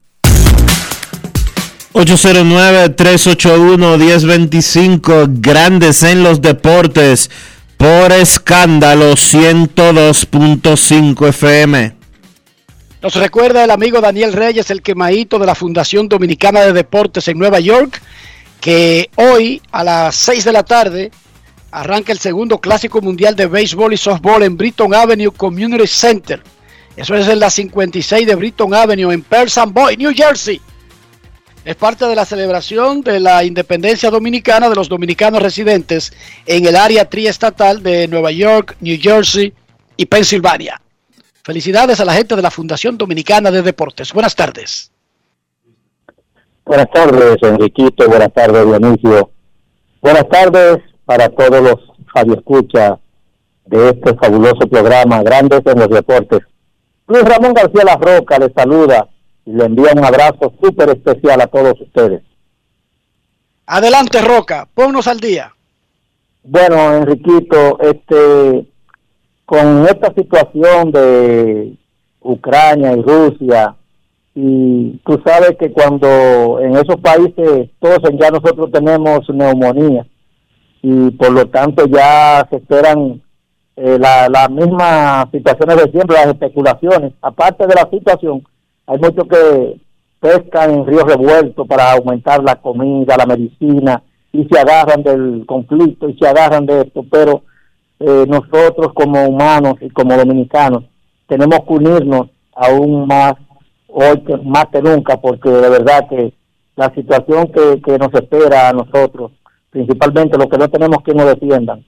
809-381-1025, Grandes en los Deportes, por Escándalo 102.5 FM. Nos recuerda el amigo Daniel Reyes, el quemadito de la Fundación Dominicana de Deportes en Nueva York, que hoy a las 6 de la tarde arranca el segundo Clásico Mundial de Béisbol y Softball en Britton Avenue Community Center. Eso es en la 56 de Britton Avenue en Pearl Boy, New Jersey. Es parte de la celebración de la independencia dominicana de los dominicanos residentes en el área triestatal de Nueva York, New Jersey y Pensilvania. Felicidades a la gente de la Fundación Dominicana de Deportes. Buenas tardes. Buenas tardes, Enriquito. Buenas tardes, Dionisio. Buenas tardes para todos los radioescuchas de este fabuloso programa Grandes en los Deportes. Luis Ramón García La Roca les saluda y le envía un abrazo súper especial a todos ustedes. Adelante, Roca, ponnos al día. Bueno, Enriquito, con esta situación de Ucrania y Rusia, y tú sabes que cuando en esos países tosen, ya nosotros tenemos neumonía y por lo tanto ya se esperan las mismas situaciones de siempre, las especulaciones. Aparte de la situación, hay muchos que pescan en ríos revueltos para aumentar la comida, la medicina, y se agarran del conflicto y se agarran de esto, pero nosotros como humanos y como dominicanos tenemos que unirnos aún más hoy más que nunca, porque de verdad que la situación que nos espera a nosotros, principalmente los que no tenemos que nos defiendan,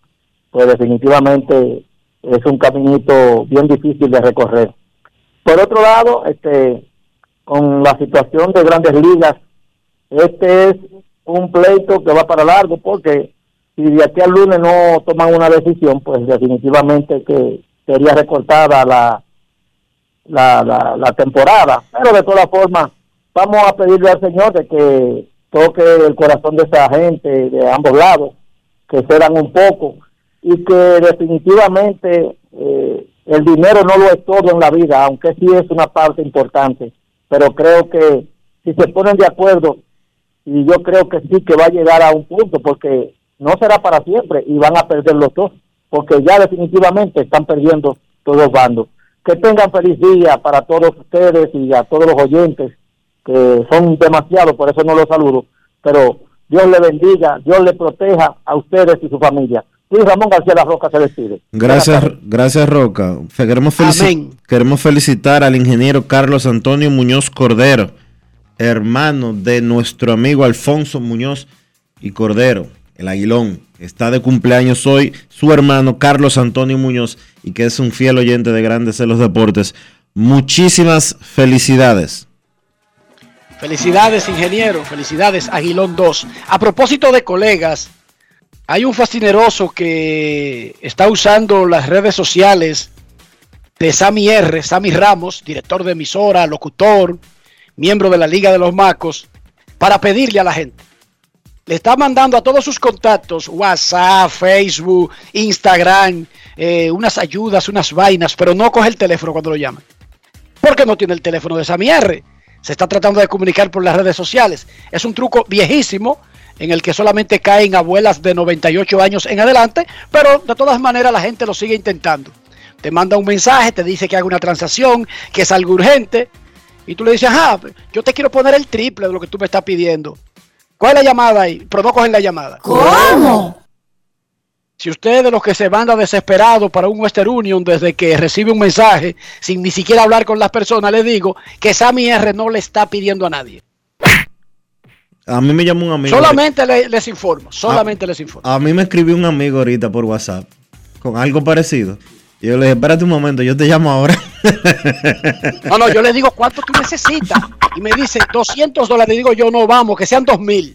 pues definitivamente es un caminito bien difícil de recorrer. Por otro lado, con la situación de Grandes Ligas, este es un pleito que va para largo, porque si de aquí al lunes no toman una decisión, pues definitivamente que sería recortada la temporada. Pero de todas formas, vamos a pedirle al Señor de que toque el corazón de esa gente de ambos lados, que cedan un poco y que definitivamente el dinero no lo es todo en la vida, aunque sí es una parte importante, pero creo que si se ponen de acuerdo, y yo creo que sí que va a llegar a un punto, porque no será para siempre y van a perder los dos, porque ya definitivamente están perdiendo todos bandos. Que tengan feliz día para todos ustedes y a todos los oyentes, que son demasiados, por eso no los saludo, pero Dios le bendiga, Dios le proteja a ustedes y su familia. Luis Ramón García La Roca se despide. Gracias Roca. Queremos felicitar al ingeniero Carlos Antonio Muñoz Cordero, hermano de nuestro amigo Alfonso Muñoz y Cordero, el Aguilón. Está de cumpleaños hoy su hermano Carlos Antonio Muñoz, y que es un fiel oyente de Grandes en los Deportes. Muchísimas felicidades. Felicidades, ingeniero. Felicidades, Aguilón 2. A propósito de colegas, hay un fascineroso que está usando las redes sociales de Sammy Ramos, director de emisora, locutor, miembro de la Liga de los Macos, para pedirle a la gente. Le está mandando a todos sus contactos, WhatsApp, Facebook, Instagram, unas ayudas, unas vainas, pero no coge el teléfono cuando lo llaman. Porque no tiene el teléfono de Sammy R. Se está tratando de comunicar por las redes sociales. Es un truco viejísimo en el que solamente caen abuelas de 98 años en adelante, pero de todas maneras la gente lo sigue intentando. Te manda un mensaje, te dice que haga una transacción, que es algo urgente, y tú le dices, yo te quiero poner el triple de lo que tú me estás pidiendo. ¿Cuál es la llamada ahí? Pero no cogen la llamada. ¿Cómo? Si usted es de los que se manda desesperado para un Western Union desde que recibe un mensaje, sin ni siquiera hablar con las personas, le digo que Sammy R no le está pidiendo a nadie. A mí me llamó un amigo. Solamente les informo, les informo. A mí me escribió un amigo ahorita por WhatsApp con algo parecido. Y yo le dije, espérate un momento, yo te llamo ahora. No, yo le digo, ¿cuánto tú necesitas? Y me dice, $200. Digo yo, no, vamos, que sean 2,000.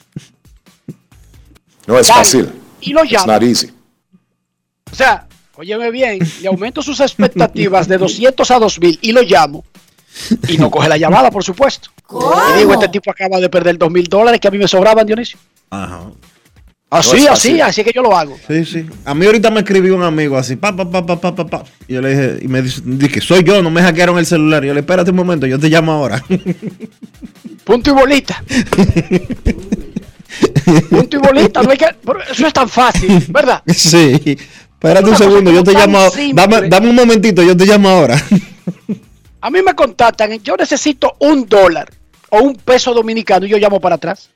No es fácil. Y lo llamo. It's not easy. O sea, óyeme bien, le aumento sus expectativas de 200 a 2,000 y lo llamo. Y no coge la llamada, por supuesto. ¿Cómo? Y digo, este tipo acaba de perder $2,000 que a mí me sobraban, Dionisio. Ajá. Así que yo lo hago. Sí. A mí ahorita me escribió un amigo así, Y yo le dije, y me dice, soy yo, no me hackearon el celular. Y yo le dije, espérate un momento, yo te llamo ahora. Punto y bolita. Punto y bolita, no hay que, eso es tan fácil, ¿verdad? Sí. Espérate un segundo, yo te llamo. Dame un momentito, yo te llamo ahora. A mí me contactan, yo necesito $1 o $1 dominicano y yo llamo para atrás.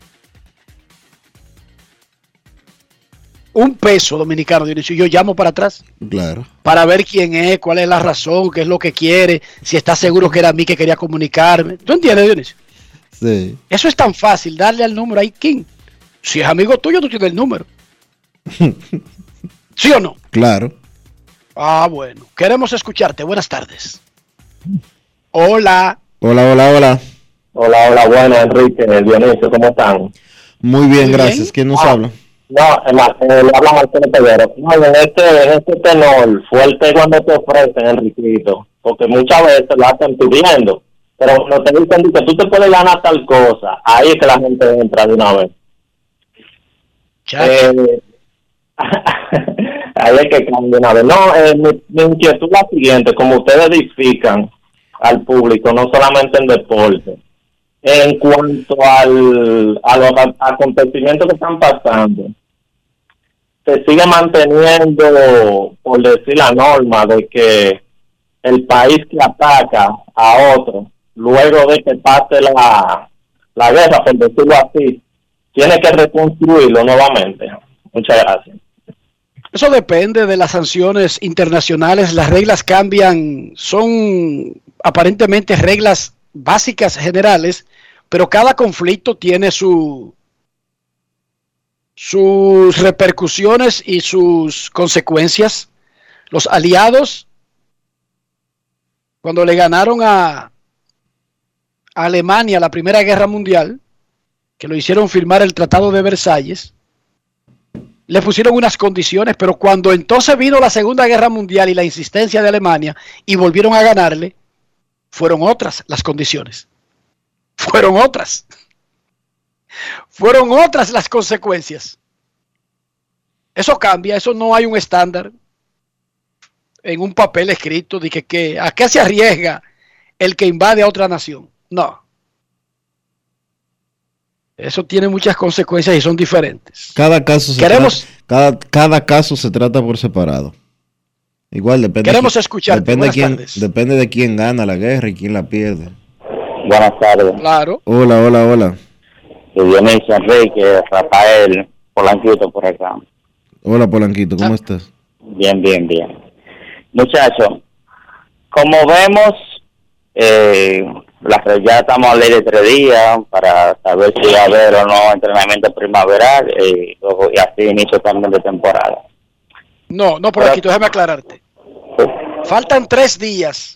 $1 dominicano, Dionisio, yo llamo para atrás. Claro. Para ver quién es, cuál es la razón, qué es lo que quiere, si está seguro que era a mí que quería comunicarme. ¿Tú entiendes, Dionisio? Sí. Eso es tan fácil, darle al número ahí, ¿quién? Si es amigo tuyo, tú tienes el número. ¿Sí o no? Claro. Bueno, queremos escucharte. Buenas tardes. Hola. Hola, bueno, Enrique, Dionisio, ¿cómo están? Muy bien, gracias. ¿Quién nos habla? No, le habla Marcelo Peguero. No, en este tenor, fuerte cuando te ofrecen, Enriquito, porque muchas veces lo hacen pidiendo, pero cuando te dicen que tú te puedes ganar tal cosa, ahí es que la gente entra de una vez. Ahí es que cambia de una vez. No, mi inquietud es la siguiente, como ustedes edifican al público, no solamente en deporte, en cuanto a los acontecimientos que están pasando, se sigue manteniendo, por decir la norma, de que el país que ataca a otro, luego de que pase la guerra, por decirlo así, tiene que reconstruirlo nuevamente. Muchas gracias. Eso depende de las sanciones internacionales, las reglas cambian, son aparentemente reglas básicas generales, pero cada conflicto tiene su sus repercusiones y sus consecuencias. Los aliados, cuando le ganaron a Alemania la Primera Guerra Mundial, que lo hicieron firmar el Tratado de Versalles, le pusieron unas condiciones, pero cuando entonces vino la Segunda Guerra Mundial y la insistencia de Alemania y volvieron a ganarle, fueron otras las condiciones. Fueron otras las consecuencias. Eso cambia, eso no hay un estándar en un papel escrito de que ¿a qué se arriesga el que invade a otra nación? No. Eso tiene muchas consecuencias y son diferentes. Cada caso se trata por separado. Igual depende. Queremos escuchar. Depende de quién gana la guerra y quién la pierde. Buenas tardes. Claro. Hola. Dionisio, Enrique, Rafael, Polanquito por acá. Hola Polanquito, ¿cómo estás? Bien. Muchachos, como vemos, ya estamos a ley de 3 días para saber si va a haber o no entrenamiento primaveral y así inicio también de temporada. No, Polanquito, déjame aclararte. Faltan 3 días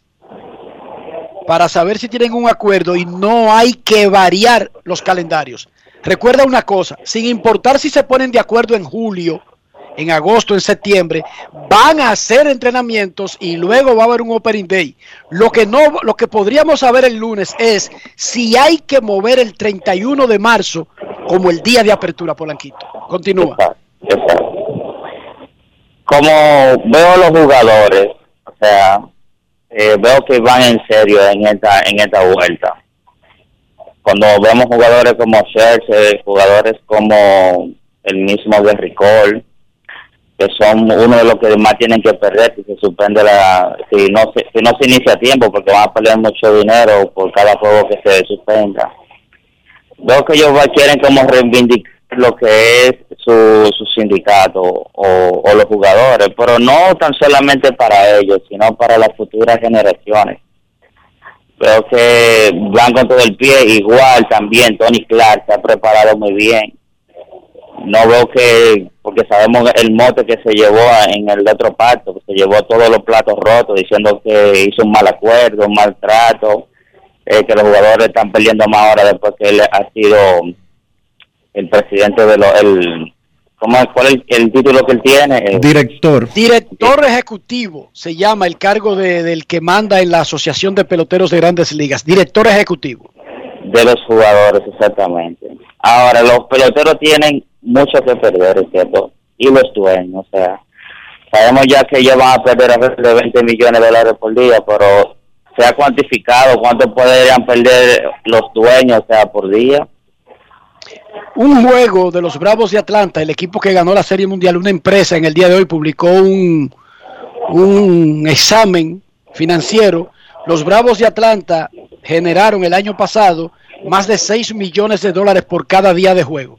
para saber si tienen un acuerdo y no hay que variar los calendarios. Recuerda una cosa, sin importar si se ponen de acuerdo en julio, en agosto, en septiembre, van a hacer entrenamientos y luego va a haber un Opening Day. Lo que podríamos saber el lunes es si hay que mover el 31 de marzo como el día de apertura, Polanquito. Continúa. Exacto. Como veo los jugadores, o sea, veo que van en serio en esta vuelta. Cuando vemos jugadores como Scherzer, jugadores como el mismo Gerrit Cole, que son uno de los que más tienen que perder si se suspende si no se inicia a tiempo, porque van a perder mucho dinero por cada juego que se suspenda. Veo que ellos quieren como reivindicar lo que es su sindicato o los jugadores, pero no tan solamente para ellos, sino para las futuras generaciones. Veo que van con todo el pie. Igual también Tony Clark se ha preparado muy bien. No veo porque sabemos el mote que se llevó en el otro pacto, que se llevó todos los platos rotos, diciendo que hizo un mal acuerdo, un mal trato, que los jugadores están perdiendo más ahora después que él ha sido el presidente ¿cuál es el título que él tiene? Director ejecutivo se llama el cargo del que manda en la Asociación de Peloteros de Grandes Ligas. Director ejecutivo. De los jugadores, exactamente. Ahora, los peloteros tienen mucho que perder, ¿cierto? Y los dueños, o sea, sabemos ya que ellos van a perder alrededor de $20 millones por día, pero ¿se ha cuantificado cuánto podrían perder los dueños, o sea, por día? Un juego de los Bravos de Atlanta, el equipo que ganó la Serie Mundial, una empresa en el día de hoy publicó un examen financiero. Los Bravos de Atlanta generaron el año pasado más de $6 millones por cada día de juego.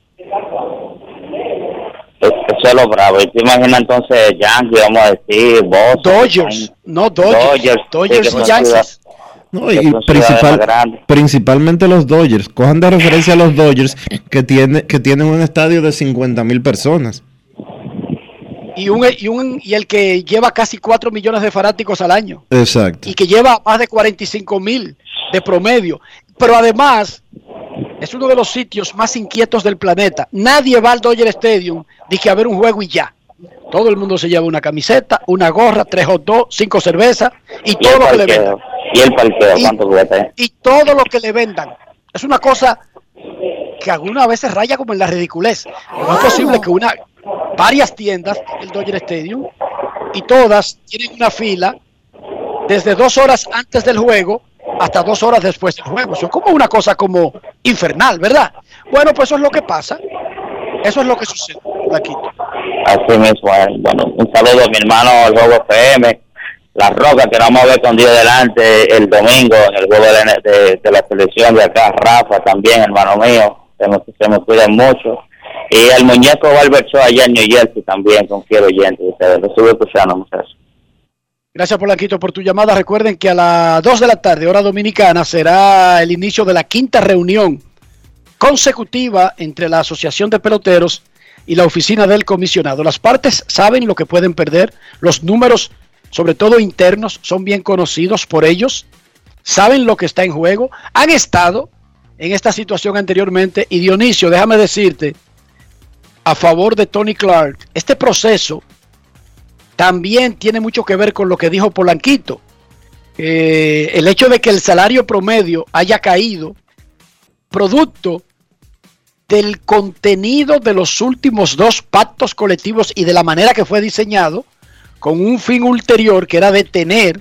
Eso es lo bravo. Y te imaginas entonces Yankees, vamos a decir, Boston. Dodgers y Yankees. No, y principalmente los Dodgers. Cojan de referencia a los Dodgers que tienen un estadio de 50,000 personas. Y el que lleva casi 4 millones de fanáticos al año. Exacto. Y que lleva más de 45,000 de promedio. Pero además, es uno de los sitios más inquietos del planeta. Nadie va al Dodger Stadium a ver un juego y ya. Todo el mundo se lleva una camiseta, una gorra, 3 hot dogs, 5 cervezas y todo lo que le vendan. ¿Y el parqueo? ¿Cuánto cuesta? Y todo lo que le vendan. Es una cosa que algunas veces raya como en la ridiculez. No es posible que varias tiendas del Dodger Stadium y todas tienen una fila desde 2 horas antes del juego hasta 2 horas después del juego. Eso es como una cosa como infernal, ¿verdad? Bueno, pues eso es lo que pasa. Eso es lo que sucede, Laquito. Así mismo, bueno, un saludo a mi hermano al Juego FM, La Roca, que nos vamos a ver con Dios delante el domingo en el juego de la selección de acá, Rafa también, hermano mío, se me cuidan mucho. Y el muñeco Albert Show allá en New Jersey también, con fiel oyente de ustedes. Lo estuve escuchando, muchachos. Gracias, Polanquito, por tu llamada. Recuerden que a las 2 de la tarde, hora dominicana, será el inicio de la 5ª reunión consecutiva entre la Asociación de Peloteros y la oficina del comisionado. Las partes saben lo que pueden perder. Los números, sobre todo internos, son bien conocidos por ellos. Saben lo que está en juego. Han estado en esta situación anteriormente. Y Dionisio, déjame decirte, a favor de Tony Clark, este proceso también tiene mucho que ver con lo que dijo Polanquito. El hecho de que el salario promedio haya caído producto del contenido de los últimos 2 pactos colectivos y de la manera que fue diseñado, con un fin ulterior que era detener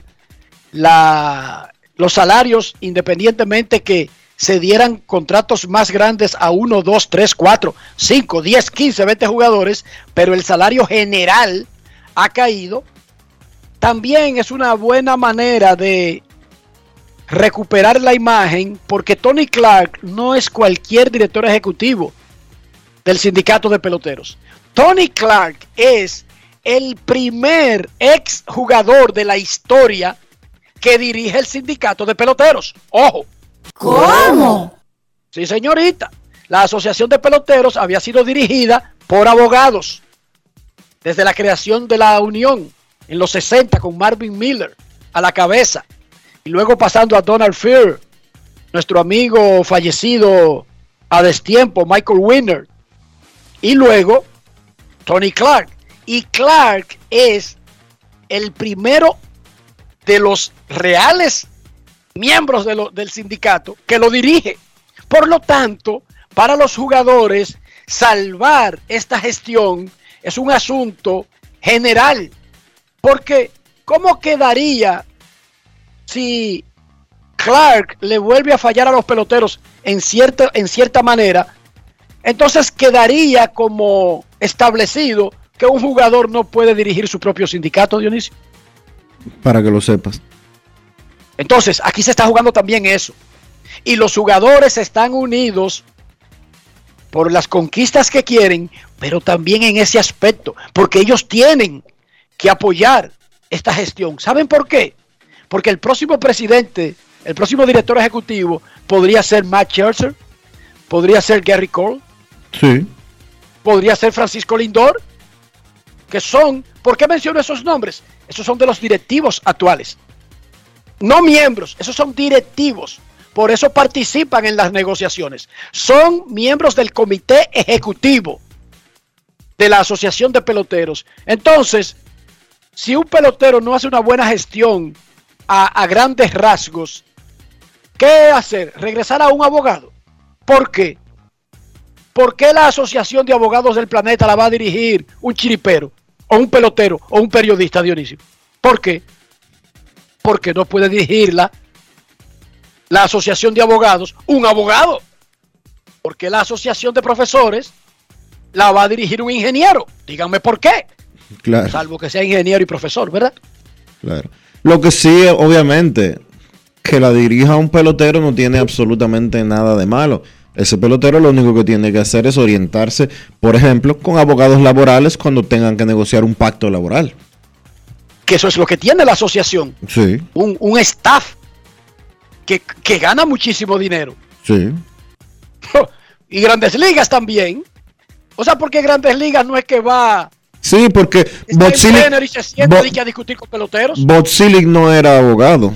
los salarios, independientemente que se dieran contratos más grandes a 1, 2, 3, 4, 5, 10, 15, 20 jugadores, pero el salario general ha caído. También es una buena manera de recuperar la imagen, porque Tony Clark no es cualquier director ejecutivo del sindicato de peloteros. Tony Clark es el primer ex jugador de la historia que dirige el sindicato de peloteros. ¡Ojo! ¿Cómo? Sí, señorita. La asociación de peloteros había sido dirigida por abogados desde la creación de la unión en los 60 con Marvin Miller a la cabeza, y luego pasando a Donald Fehr, nuestro amigo fallecido a destiempo, Michael Winner, y luego Tony Clark. Y Clark es el primero de los reales miembros del sindicato que lo dirige. Por lo tanto, para los jugadores, salvar esta gestión es un asunto general. Porque, ¿cómo quedaría si Clark le vuelve a fallar a los peloteros en cierta manera? Entonces quedaría como establecido que un jugador no puede dirigir su propio sindicato, Dionisio. Para que lo sepas. Entonces, aquí se está jugando también eso. Y los jugadores están unidos por las conquistas que quieren, pero también en ese aspecto, porque ellos tienen que apoyar esta gestión. ¿Saben por qué? Porque el próximo presidente, el próximo director ejecutivo podría ser Matt Scherzer, podría ser Gary Cole, sí, podría ser Francisco Lindor, que son, ¿por qué menciono esos nombres? Esos son de los directivos actuales, no miembros, esos son directivos, por eso participan en las negociaciones, son miembros del comité ejecutivo de la asociación de peloteros. Entonces, si un pelotero no hace una buena gestión a grandes rasgos, ¿qué hacer? ¿Regresar a un abogado? ¿Por qué? ¿Por qué la asociación de abogados del planeta la va a dirigir un chiripero, o un pelotero, o un periodista, Dionisio? ¿Por qué? Porque no puede dirigirla la asociación de abogados un abogado. Porque la asociación de profesores la va a dirigir un ingeniero. Díganme por qué. Claro. Salvo que sea ingeniero y profesor, ¿verdad? Claro. Lo que sí, obviamente, que la dirija un pelotero no tiene absolutamente nada de malo. Ese pelotero lo único que tiene que hacer es orientarse, por ejemplo, con abogados laborales cuando tengan que negociar un pacto laboral. Que eso es lo que tiene la asociación. Sí. Un staff que gana muchísimo dinero. Sí. Y Grandes Ligas también. O sea, porque Grandes Ligas no es que va... Sí, porque Bob Selig y se sienta a discutir con peloteros. Bob Selig no era abogado.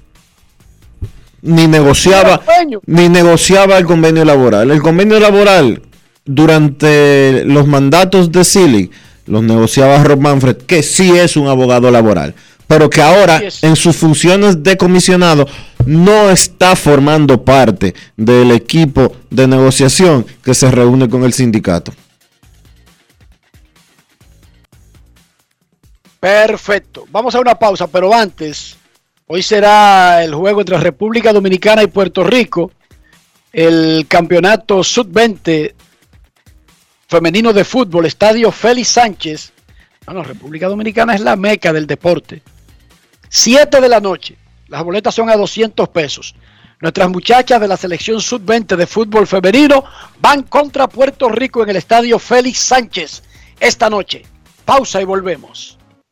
Ni negociaba el convenio laboral. El convenio laboral, durante los mandatos de Selig, los negociaba Rob Manfred, que sí es un abogado laboral, pero que ahora en sus funciones de comisionado no está formando parte del equipo de negociación que se reúne con el sindicato. Perfecto. Vamos a una pausa, pero antes, hoy será el juego entre República Dominicana y Puerto Rico, el campeonato sub-20 femenino de fútbol, estadio Félix Sánchez. Bueno, República Dominicana es la meca del deporte. 7 de la noche. Las boletas son a 200 pesos. Nuestras muchachas de la selección sub-20 de fútbol femenino van contra Puerto Rico en el estadio Félix Sánchez esta noche. Pausa y volvemos.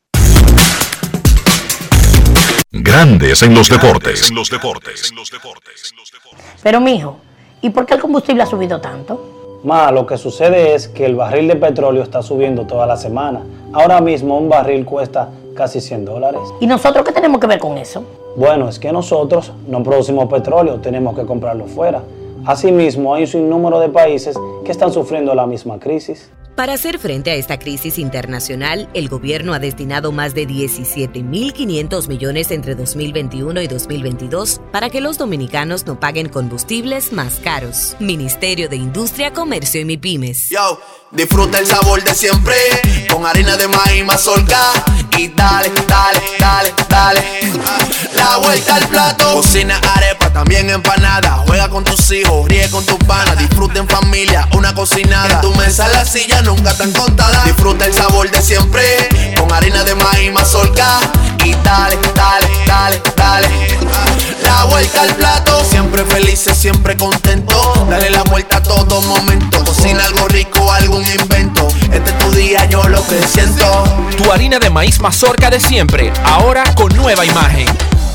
Grandes en los deportes. Pero mijo, ¿y por qué el combustible ha subido tanto? Ma, lo que sucede es que el barril de petróleo está subiendo toda la semana. Ahora mismo un barril cuesta casi $100. ¿Y nosotros qué tenemos que ver con eso? Bueno, es que nosotros no producimos petróleo, tenemos que comprarlo fuera. Asimismo, hay un sinnúmero de países que están sufriendo la misma crisis. Para hacer frente a esta crisis internacional, el gobierno ha destinado más de 17.500 millones entre 2021 y 2022 para que los dominicanos no paguen combustibles más caros. Ministerio de Industria, Comercio y MIPYMES. Yo, disfruta el sabor de siempre con harina de maíz mazorca y dale, dale, dale, dale. La vuelta al plato. Cocina arepa, también empanada. Juega con tus hijos, ríe con tus panas. Disfruta en familia, una cocinada. En tu mesa la silla nunca tan contada. Disfruta el sabor de siempre con harina de maíz mazorca y dale, dale, dale, dale. La vuelta al plato. Siempre felices, siempre contentos. Dale la vuelta a todo momento. Cocina algo rico, algún invento. Este es tu día, yo lo que siento. Tu harina de maíz mazorca de siempre, ahora con nueva imagen.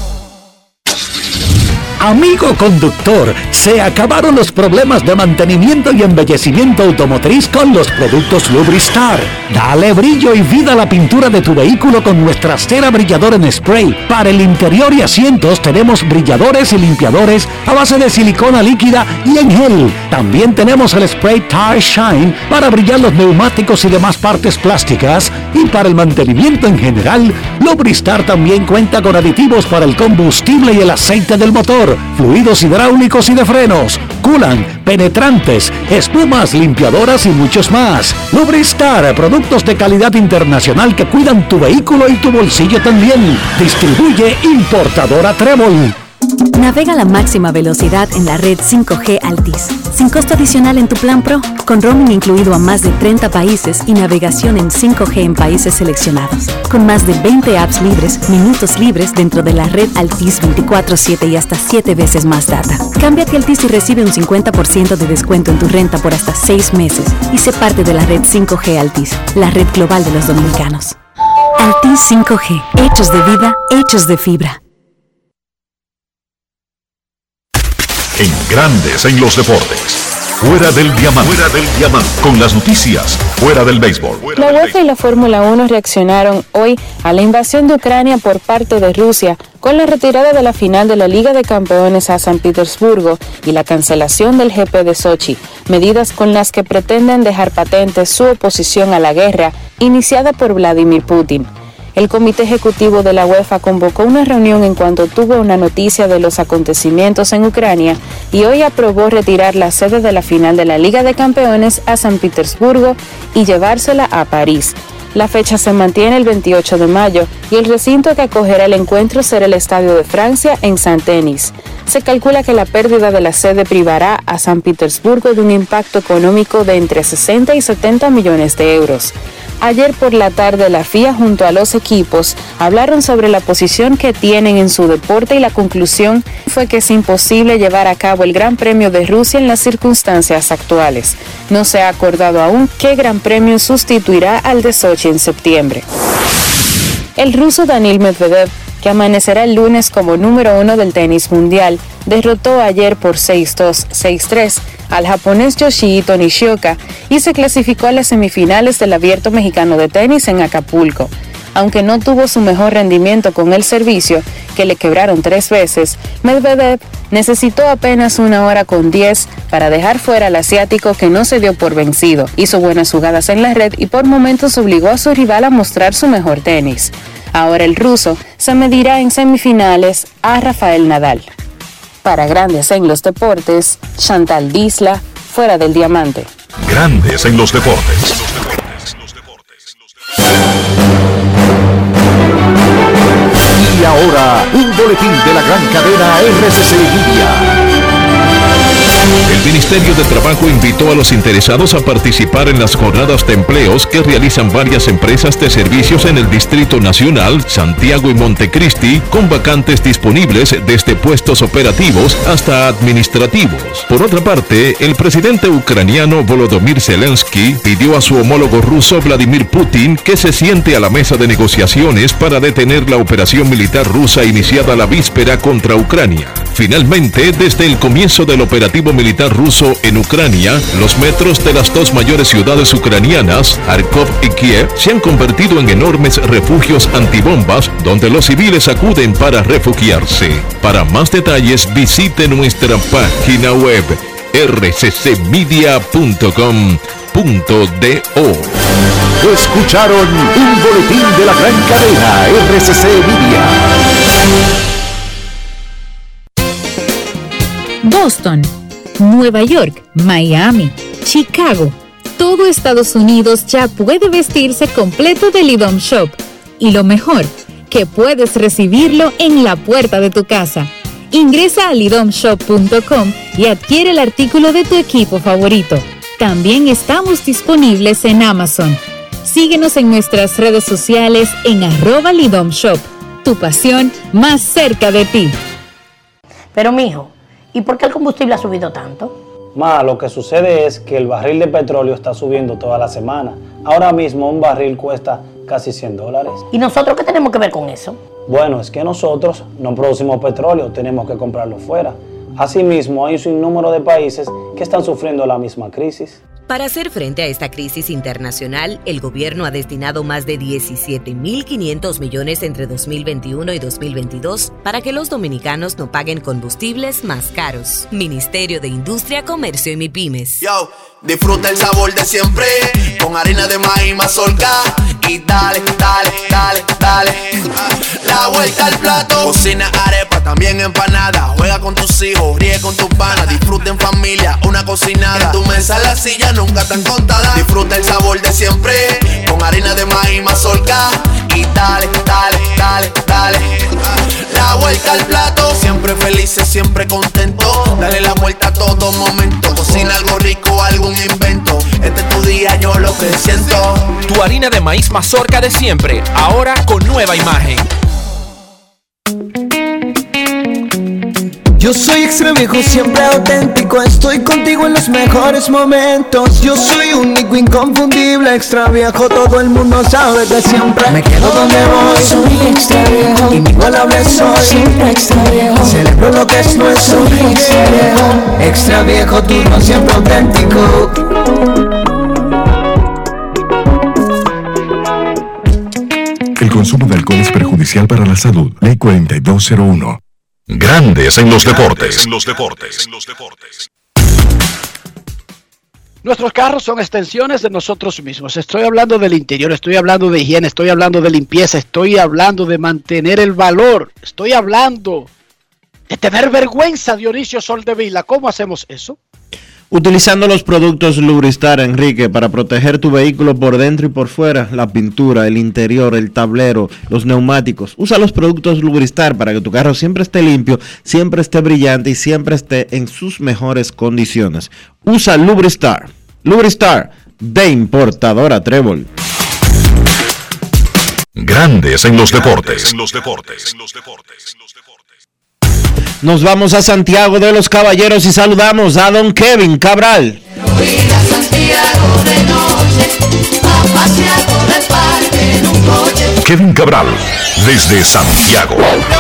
Amigo conductor, se acabaron los problemas de mantenimiento y embellecimiento automotriz con los productos Lubristar. Dale brillo y vida a la pintura de tu vehículo con nuestra cera brilladora en spray. Para el interior y asientos tenemos brilladores y limpiadores a base de silicona líquida y en gel. También tenemos el spray Tire Shine para brillar los neumáticos y demás partes plásticas. Y para el mantenimiento en general, Lubristar también cuenta con aditivos para el combustible y el aceite del motor, fluidos hidráulicos y de frenos, culan, penetrantes, espumas, limpiadoras y muchos más. Lubristar, productos de calidad internacional que cuidan tu vehículo y tu bolsillo también. Distribuye importadora Trébol. Navega a la máxima velocidad en la red 5G Altis, sin costo adicional en tu plan Pro, con roaming incluido a más de 30 países y navegación en 5G en países seleccionados. Con más de 20 apps libres, minutos libres dentro de la red Altis 24/7 y hasta 7 veces más data. Cámbiate a Altis y recibe un 50% de descuento en tu renta por hasta 6 meses y sé parte de la red 5G Altis, la red global de los dominicanos. Altis 5G, hechos de vida, hechos de fibra. En Grandes en los Deportes. Fuera del diamante. Fuera del diamante. Con las noticias. Fuera del béisbol. La UEFA y la Fórmula 1 reaccionaron hoy a la invasión de Ucrania por parte de Rusia con la retirada de la final de la Liga de Campeones a San Petersburgo y la cancelación del GP de Sochi, medidas con las que pretenden dejar patente su oposición a la guerra iniciada por Vladimir Putin. El Comité Ejecutivo de la UEFA convocó una reunión en cuanto tuvo una noticia de los acontecimientos en Ucrania y hoy aprobó retirar la sede de la final de la Liga de Campeones a San Petersburgo y llevársela a París. La fecha se mantiene el 28 de mayo y el recinto que acogerá el encuentro será el Estadio de Francia en Saint-Denis. Se calcula que la pérdida de la sede privará a San Petersburgo de un impacto económico de entre 60 y 70 millones de euros. Ayer por la tarde la FIA junto a los equipos hablaron sobre la posición que tienen en su deporte y la conclusión fue que es imposible llevar a cabo el Gran Premio de Rusia en las circunstancias actuales. No se ha acordado aún qué Gran Premio sustituirá al de Sochi en septiembre. El ruso Daniil Medvedev, que amanecerá el lunes como número 1 del tenis mundial, derrotó ayer por 6-2, 6-3 al japonés Yoshihito Nishioka y se clasificó a las semifinales del Abierto Mexicano de Tenis en Acapulco. Aunque no tuvo su mejor rendimiento con el servicio, que le quebraron 3 veces, Medvedev necesitó apenas 1 hora con 10 para dejar fuera al asiático que no se dio por vencido. Hizo buenas jugadas en la red y por momentos obligó a su rival a mostrar su mejor tenis. Ahora el ruso se medirá en semifinales a Rafael Nadal. Para Grandes en los Deportes, Chantal Disla, Fuera del Diamante. Grandes en los Deportes. Y ahora, un boletín de la gran cadena RCC Libia. El Ministerio de Trabajo invitó a los interesados a participar en las jornadas de empleos que realizan varias empresas de servicios en el Distrito Nacional, Santiago y Montecristi, con vacantes disponibles desde puestos operativos hasta administrativos. Por otra parte, el presidente ucraniano Volodymyr Zelensky pidió a su homólogo ruso Vladimir Putin que se siente a la mesa de negociaciones para detener la operación militar rusa iniciada la víspera contra Ucrania. Finalmente, desde el comienzo del operativo militar ruso en Ucrania, los metros de las dos mayores ciudades ucranianas, Kharkov y Kiev, se han convertido en enormes refugios antibombas donde los civiles acuden para refugiarse. Para más detalles, visite nuestra página web rccmedia.com.do. Escucharon un boletín de la gran cadena RCC Media. Boston, Nueva York, Miami, Chicago. Todo Estados Unidos ya puede vestirse completo del IDOM Shop. Y lo mejor, que puedes recibirlo en la puerta de tu casa. Ingresa a lidomshop.com y adquiere el artículo de tu equipo favorito. También estamos disponibles en Amazon. Síguenos en nuestras redes sociales en @lidomshop. Tu pasión más cerca de ti. Pero mijo, ¿y por qué el combustible ha subido tanto? Ma, lo que sucede es que el barril de petróleo está subiendo toda la semana. Ahora mismo un barril cuesta casi $100. ¿Y nosotros qué tenemos que ver con eso? Bueno, es que nosotros no producimos petróleo, tenemos que comprarlo fuera. Asimismo, hay un sinnúmero de países que están sufriendo la misma crisis. Para hacer frente a esta crisis internacional, el gobierno ha destinado más de 17.500 millones entre 2021 y 2022 para que los dominicanos no paguen combustibles más caros. Ministerio de Industria, Comercio y MIPYMES. Yo, disfruta el sabor de siempre con harina de maíz mazorca y dale, dale, dale, dale. La vuelta al plato. Cocina arepa, también empanada. Juega con tus hijos, ríe con tus panas. Disfruta en familia, una cocinada. En tu mesa la silla nunca tan contada. Disfruta el sabor de siempre con harina de maíz mazorca y dale, dale, dale, dale. La vuelta al plato. Siempre felices, siempre contentos. Dale la vuelta a todo momento. Cocina algo rico, algún invento. Este es tu día, yo lo que siento. Tu harina de maíz mazorca de siempre, ahora con nueva imagen. Yo soy extra viejo, siempre auténtico. Estoy contigo en los mejores momentos. Yo soy único, inconfundible, extra viejo. Todo el mundo sabe que siempre me quedo donde voy. Soy extra viejo, inigualable soy. Siempre extra viejo, celebro lo que es nuestro. Soy extra viejo, extra viejo, tú no siempre auténtico. El consumo de alcohol es perjudicial para la salud. Ley 4201. Grandes en los deportes. Nuestros carros son extensiones de nosotros mismos. Estoy hablando del interior, estoy hablando de higiene, estoy hablando de limpieza, estoy hablando de mantener el valor, estoy hablando de tener vergüenza, Dionisio Soldevila. ¿Cómo hacemos eso? Utilizando los productos Lubristar, Enrique, para proteger tu vehículo por dentro y por fuera, la pintura, el interior, el tablero, los neumáticos. Usa los productos Lubristar para que tu carro siempre esté limpio, siempre esté brillante y siempre esté en sus mejores condiciones. Usa Lubristar. Lubristar, de importadora Trébol. Grandes en los deportes. Nos vamos a Santiago de los Caballeros y saludamos a don Kevin Cabral. Kevin Cabral, desde Santiago.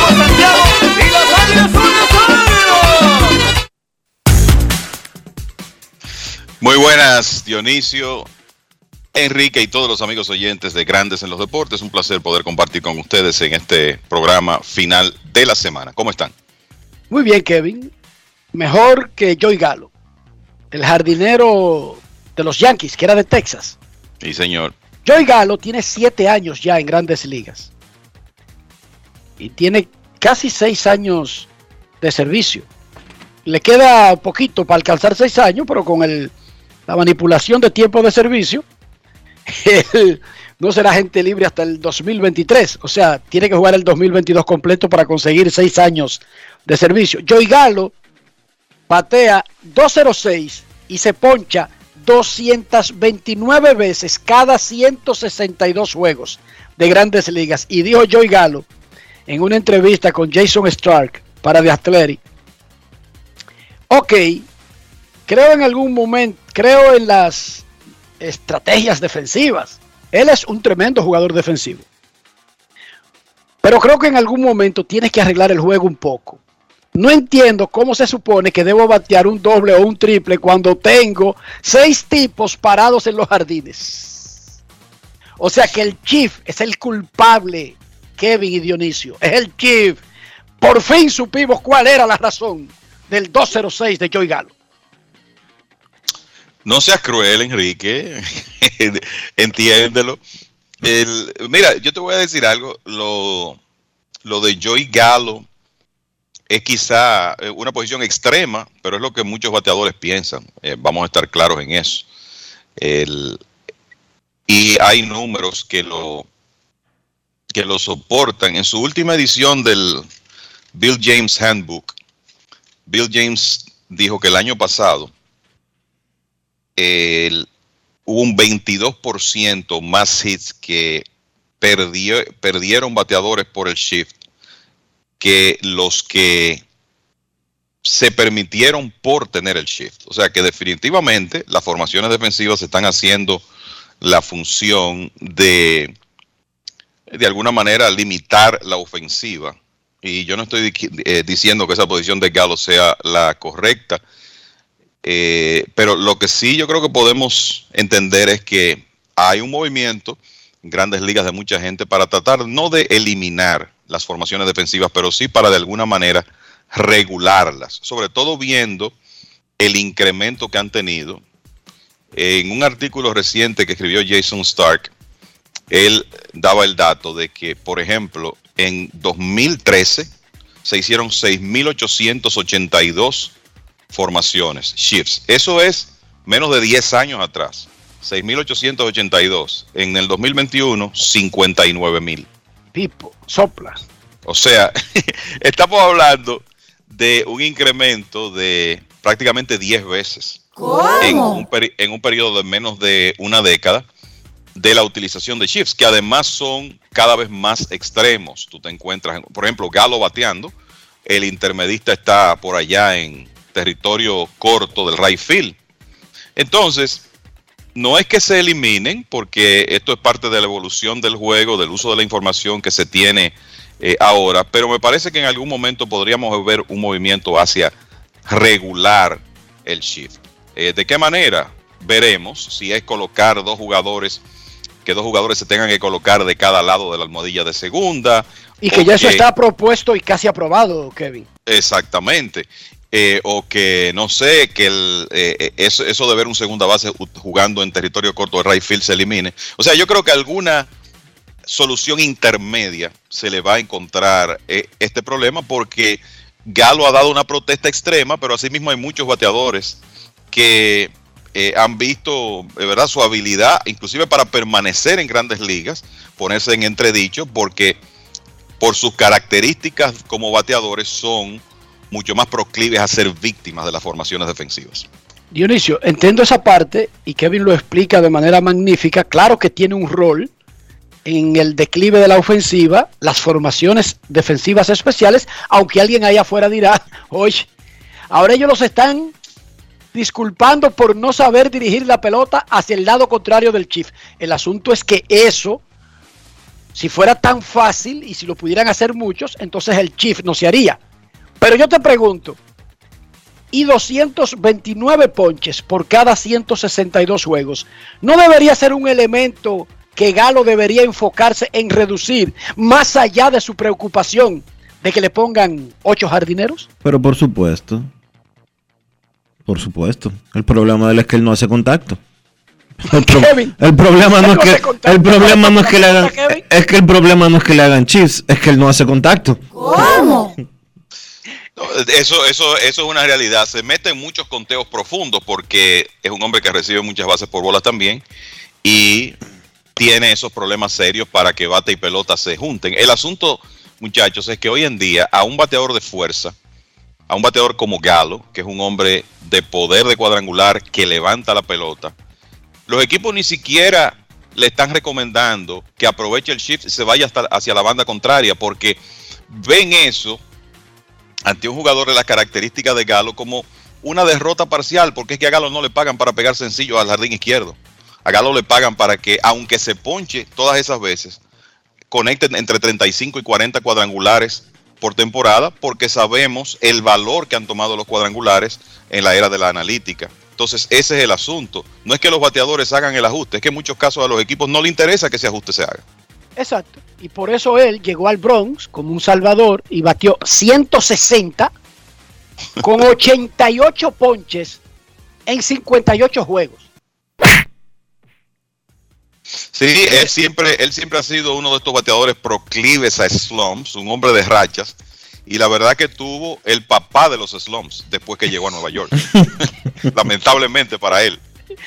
Muy buenas, Dionisio, Enrique y todos los amigos oyentes de Grandes en los Deportes. Un placer poder compartir con ustedes en este programa final de la semana. ¿Cómo están? Muy bien, Kevin. Mejor que Joey Gallo, el jardinero de los Yankees, que era de Texas. Sí, señor. Joey Gallo tiene 7 años ya en Grandes Ligas. Y tiene casi 6 años de servicio. Le queda poquito para alcanzar 6 años, pero con la manipulación de tiempo de servicio, él no será agente libre hasta el 2023. O sea, tiene que jugar el 2022 completo para conseguir 6 años de servicio. Joey Gallo patea 206 y se poncha 229 veces cada 162 juegos de Grandes Ligas. Y dijo Joey Gallo en una entrevista con Jason Stark para The Athletic: ok, creo en las estrategias defensivas. Él es un tremendo jugador defensivo. Pero creo que en algún momento tienes que arreglar el juego un poco. No entiendo cómo se supone que debo batear un doble o un triple cuando tengo 6 tipos parados en los jardines. O sea que el Chief es el culpable, Kevin y Dionisio. Es el Chief. Por fin supimos cuál era la razón del 206 de Joey Gallo. No seas cruel, Enrique. Entiéndelo. Mira, yo te voy a decir algo. Lo de Joey Gallo es quizá una posición extrema, pero es lo que muchos bateadores piensan. Vamos a estar claros en eso. Y hay números que lo soportan. En su última edición del Bill James Handbook, Bill James dijo que el año pasado hubo un 22% más hits que perdieron bateadores por el shift que los que se permitieron por tener el shift. O sea que definitivamente las formaciones defensivas están haciendo la función de alguna manera limitar la ofensiva. Y yo no estoy diciendo que esa posición de Gallo sea la correcta, pero lo que sí yo creo que podemos entender es que hay un movimiento en grandes ligas de mucha gente para tratar no de eliminar las formaciones defensivas, pero sí para de alguna manera regularlas, sobre todo viendo el incremento que han tenido. En un artículo reciente que escribió Jason Stark, él daba el dato de que, por ejemplo, en 2013 se hicieron 6.882 formaciones, shifts. Eso es menos de 10 años atrás. 6.882. En el 2021, 59.000. Pipo, sopla. O sea, estamos hablando de un incremento de prácticamente 10 veces. ¿Cómo? En un periodo de menos de una década de la utilización de shifts, que además son cada vez más extremos. Tú te encuentras, por ejemplo, Gallo bateando, el intermedista está por allá en territorio corto del right field. Entonces, no es que se eliminen, porque esto es parte de la evolución del juego, del uso de la información que se tiene ahora, pero me parece que en algún momento podríamos ver un movimiento hacia regular el shift. ¿De qué manera? Veremos si es colocar dos jugadores se tengan que colocar de cada lado de la almohadilla de segunda. Y que ya eso está propuesto y casi aprobado, Kevin. Exactamente. O que, no sé, que eso de ver un segunda base jugando en territorio corto de right field se elimine. O sea, yo creo que alguna solución intermedia se le va a encontrar este problema, porque Gallo ha dado una protesta extrema, pero asimismo hay muchos bateadores que han visto, de verdad, su habilidad, inclusive para permanecer en grandes ligas, ponerse en entredicho, porque por sus características como bateadores son mucho más proclives a ser víctimas de las formaciones defensivas. Dionisio, entiendo esa parte y Kevin lo explica de manera magnífica. Claro que tiene un rol en el declive de la ofensiva, las formaciones defensivas especiales, aunque alguien allá afuera dirá, oye, ahora ellos los están disculpando por no saber dirigir la pelota hacia el lado contrario del Chief. El asunto es que eso, si fuera tan fácil y si lo pudieran hacer muchos, entonces el Chief no se haría. Pero yo te pregunto, y 229 ponches por cada 162 juegos, ¿no debería ser un elemento que Gallo debería enfocarse en reducir, más allá de su preocupación de que le pongan 8 jardineros? Pero por supuesto. El problema de él es que él no hace contacto. El problema no es que le hagan chips, es que él no hace contacto. ¿Cómo? Eso es una realidad. Se mete en muchos conteos profundos porque es un hombre que recibe muchas bases por bolas también y tiene esos problemas serios para que bate y pelota se junten. El asunto, muchachos, es que hoy en día a un bateador de fuerza, a un bateador como Gallo, que es un hombre de poder de cuadrangular que levanta la pelota, los equipos ni siquiera le están recomendando que aproveche el shift y se vaya hacia la banda contraria, porque ven eso ante un jugador de las características de Gallo como una derrota parcial, porque es que a Gallo no le pagan para pegar sencillo al jardín izquierdo. A Gallo le pagan para que, aunque se ponche todas esas veces, conecte entre 35 y 40 cuadrangulares por temporada, porque sabemos el valor que han tomado los cuadrangulares en la era de la analítica. Entonces, ese es el asunto. No es que los bateadores hagan el ajuste, es que en muchos casos a los equipos no les interesa que ese ajuste se haga. Exacto. Y por eso él llegó al Bronx como un salvador y batió 160 con 88 ponches en 58 juegos. Sí, él siempre ha sido uno de estos bateadores proclives a slumps, un hombre de rachas, y la verdad que tuvo el papá de los slumps después que llegó a Nueva York. Lamentablemente para él.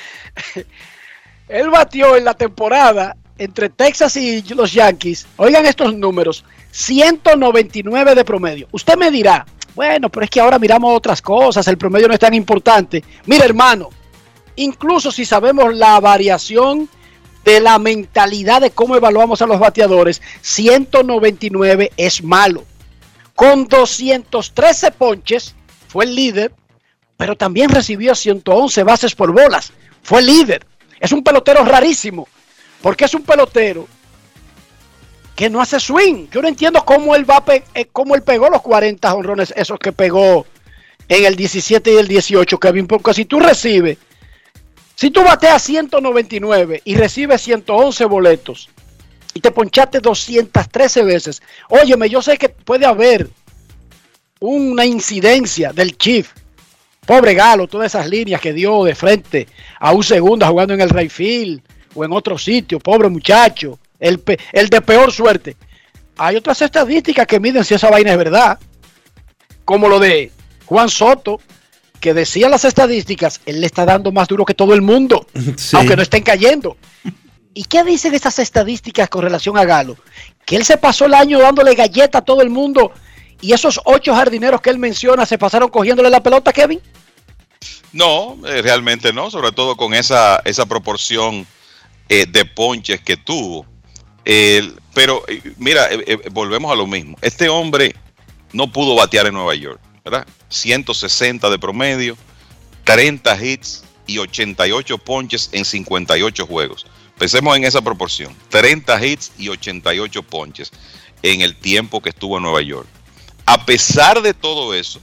Él batió en la temporada entre Texas y los Yankees, oigan estos números, 199 de promedio. Usted me dirá, bueno, pero es que ahora miramos otras cosas, el promedio no es tan importante. Mira, hermano, incluso si sabemos la variación de la mentalidad de cómo evaluamos a los bateadores, 199 es malo. Con 213 ponches, fue el líder, pero también recibió 111 bases por bolas. Fue el líder. Es un pelotero rarísimo, porque es un pelotero que no hace swing. Yo no entiendo cómo él cómo él pegó los 40 jonrones, esos que pegó en el 17 y el 18, Kevin, porque si tú bateas 199 y recibes 111 boletos y te ponchaste 213 veces, óyeme, yo sé que puede haber una incidencia del Chief. Pobre Galo, todas esas líneas que dio de frente a un segunda jugando en el right field o en otro sitio, pobre muchacho, el de peor suerte. Hay otras estadísticas que miden si esa vaina es verdad, como lo de Juan Soto, que decían las estadísticas, él le está dando más duro que todo el mundo, sí, aunque no estén cayendo. ¿Y qué dicen esas estadísticas con relación a Galo? Que él se pasó el año dándole galleta a todo el mundo y esos 8 jardineros que él menciona se pasaron cogiéndole la pelota, Kevin. No, realmente no, sobre todo con esa proporción de ponches que tuvo. Pero mira, volvemos a lo mismo. Este hombre no pudo batear en Nueva York, ¿verdad? 160 de promedio, 30 hits y 88 ponches en 58 juegos. Pensemos en esa proporción, 30 hits y 88 ponches en el tiempo que estuvo en Nueva York. A pesar de todo eso,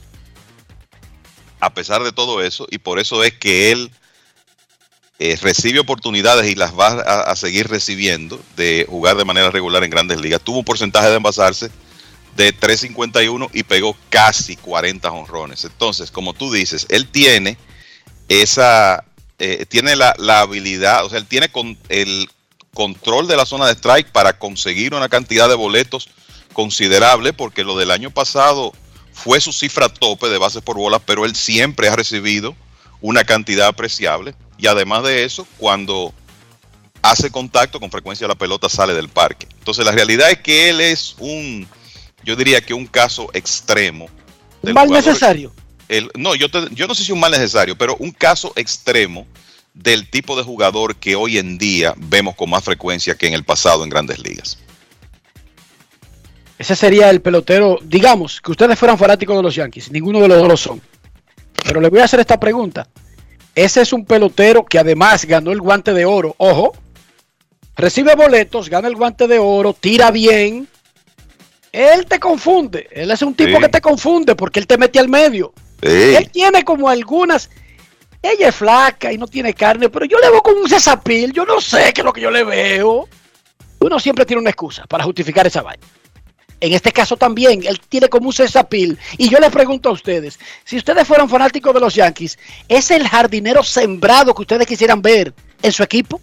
y por eso es que él recibe oportunidades y las va a seguir recibiendo de jugar de manera regular en Grandes Ligas. Tuvo un porcentaje de envasarse de 3.51 y pegó casi 40 jonrones. Entonces, como tú dices, él tiene tiene la habilidad, o sea, él tiene el control de la zona de strike para conseguir una cantidad de boletos considerable, porque lo del año pasado fue su cifra tope de bases por bolas, pero él siempre ha recibido una cantidad apreciable, y además de eso, cuando hace contacto, con frecuencia la pelota sale del parque. Entonces, la realidad es que él es yo diría que un caso extremo. ¿Un mal necesario? No, yo no sé si un mal necesario, pero un caso extremo del tipo de jugador que hoy en día vemos con más frecuencia que en el pasado en Grandes Ligas. Ese sería el pelotero, digamos, que ustedes fueran fanáticos de los Yankees, ninguno de los dos lo son. Pero le voy a hacer esta pregunta. Ese es un pelotero que además ganó el Guante de Oro, ojo, recibe boletos, gana el Guante de Oro, tira bien. Él te confunde, él es un tipo que te confunde porque él te mete al medio. Él tiene como algunas, ella es flaca y no tiene carne, pero yo le veo como un cesapil, yo no sé qué es lo que yo le veo. Uno siempre tiene una excusa para justificar esa vaina. En este caso también, él tiene como un cesapil. Y yo les pregunto a ustedes, si ustedes fueran fanáticos de los Yankees, ¿es el jardinero sembrado que ustedes quisieran ver en su equipo?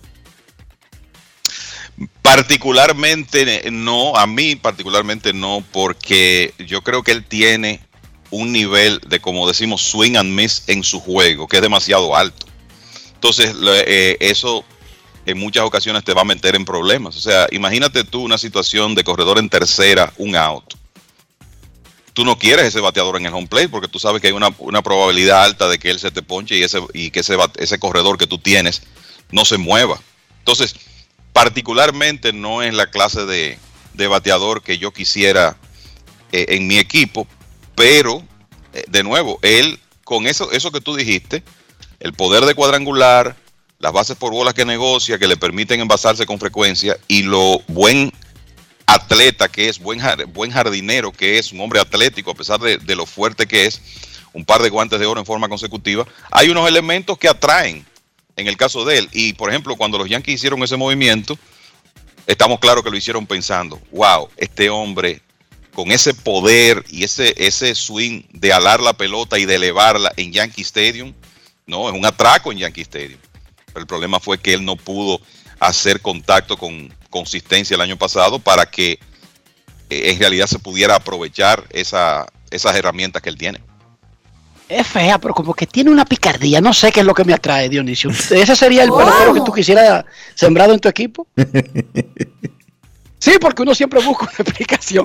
Particularmente no, a mí particularmente no, porque yo creo que él tiene un nivel de, como decimos, swing and miss en su juego, que es demasiado alto. Entonces, eso en muchas ocasiones te va a meter en problemas. O sea, imagínate tú una situación de corredor en tercera, un out. Tú no quieres ese bateador en el home plate porque tú sabes que hay una probabilidad alta de que él se te ponche y que ese corredor que tú tienes no se mueva. Entonces, particularmente no es la clase de bateador que yo quisiera en mi equipo, pero de nuevo, él con eso que tú dijiste, el poder de cuadrangular, las bases por bolas que negocia, que le permiten envasarse con frecuencia, y lo buen atleta que es, buen jardinero que es, un hombre atlético a pesar de lo fuerte que es, un par de guantes de oro en forma consecutiva, hay unos elementos que atraen en el caso de él. Y por ejemplo, cuando los Yankees hicieron ese movimiento, estamos claros que lo hicieron pensando, wow, este hombre con ese poder y ese swing de alar la pelota y de elevarla en Yankee Stadium, no, es un atraco en Yankee Stadium. Pero el problema fue que él no pudo hacer contacto con consistencia el año pasado para que en realidad se pudiera aprovechar esas herramientas que él tiene. Es fea, pero como que tiene una picardía. No sé qué es lo que me atrae, Dionisio. ¿Ese sería el pelotero que tú quisieras sembrado en tu equipo? Sí, porque uno siempre busca una explicación.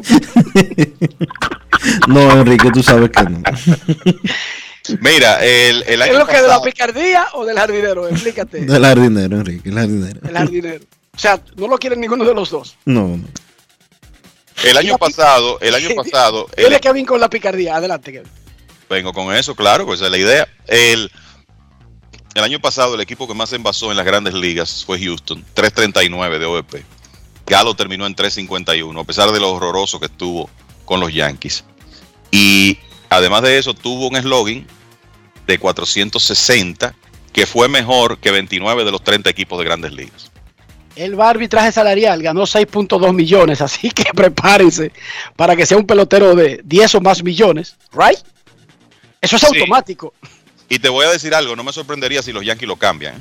No, Enrique, tú sabes que no. Mira, el año ¿es lo que pasado, de la picardía o del jardinero? Explícate. Del jardinero, Enrique, el jardinero. El jardinero. O sea, no lo quieren ninguno de los dos. No. El año pasado. Dile Kevin con la picardía. Adelante, Kevin. Vengo con eso, claro, pues esa es la idea. El año pasado el equipo que más se envasó en las grandes ligas fue Houston, 3.39 de OVP. Galo terminó en 3.51, a pesar de lo horroroso que estuvo con los Yankees. Y además de eso, tuvo un slogan de 460, que fue mejor que 29 de los 30 equipos de grandes ligas. El arbitraje salarial ganó 6.2 millones, así que prepárense para que sea un pelotero de 10 o más millones, ¿right? Eso es automático. Y te voy a decir algo, no me sorprendería si los Yankees lo cambian.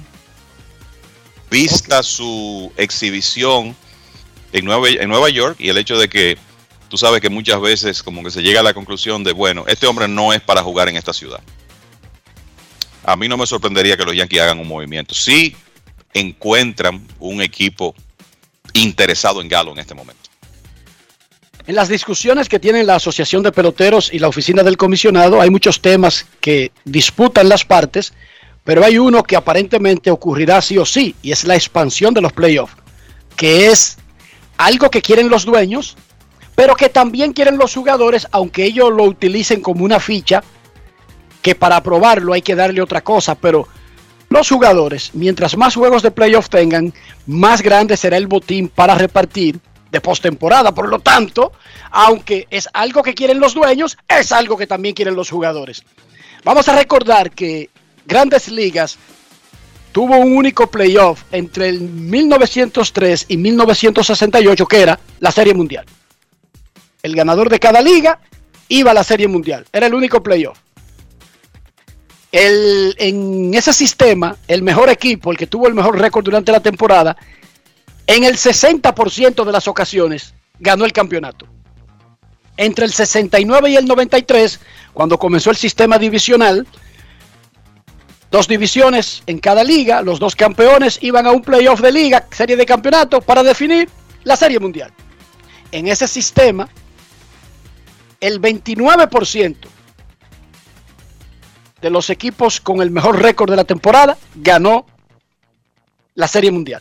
Vista su exhibición en Nueva York y el hecho de que tú sabes que muchas veces como que se llega a la conclusión de, bueno, este hombre no es para jugar en esta ciudad. A mí no me sorprendería que los Yankees hagan un movimiento. Sí encuentran un equipo interesado en Galo en este momento. En las discusiones que tienen la Asociación de Peloteros y la Oficina del Comisionado hay muchos temas que disputan las partes, pero hay uno que aparentemente ocurrirá sí o sí, y es la expansión de los playoffs, que es algo que quieren los dueños, pero que también quieren los jugadores, aunque ellos lo utilicen como una ficha, que para aprobarlo hay que darle otra cosa, pero los jugadores, mientras más juegos de playoff tengan, más grande será el botín para repartir de postemporada. Por lo tanto, aunque es algo que quieren los dueños, es algo que también quieren los jugadores. Vamos a recordar que Grandes Ligas tuvo un único playoff entre el 1903 y 1968, que era la Serie Mundial. El ganador de cada liga iba a la Serie Mundial. Era el único playoff. En ese sistema, el mejor equipo, el que tuvo el mejor récord durante la temporada, en el 60% de las ocasiones ganó el campeonato. Entre el 69 y el 93, cuando comenzó el sistema divisional, 2 divisiones en cada liga, los 2 campeones iban a un playoff de liga, serie de campeonato, para definir la Serie Mundial. En ese sistema, el 29% de los equipos con el mejor récord de la temporada ganó la Serie Mundial.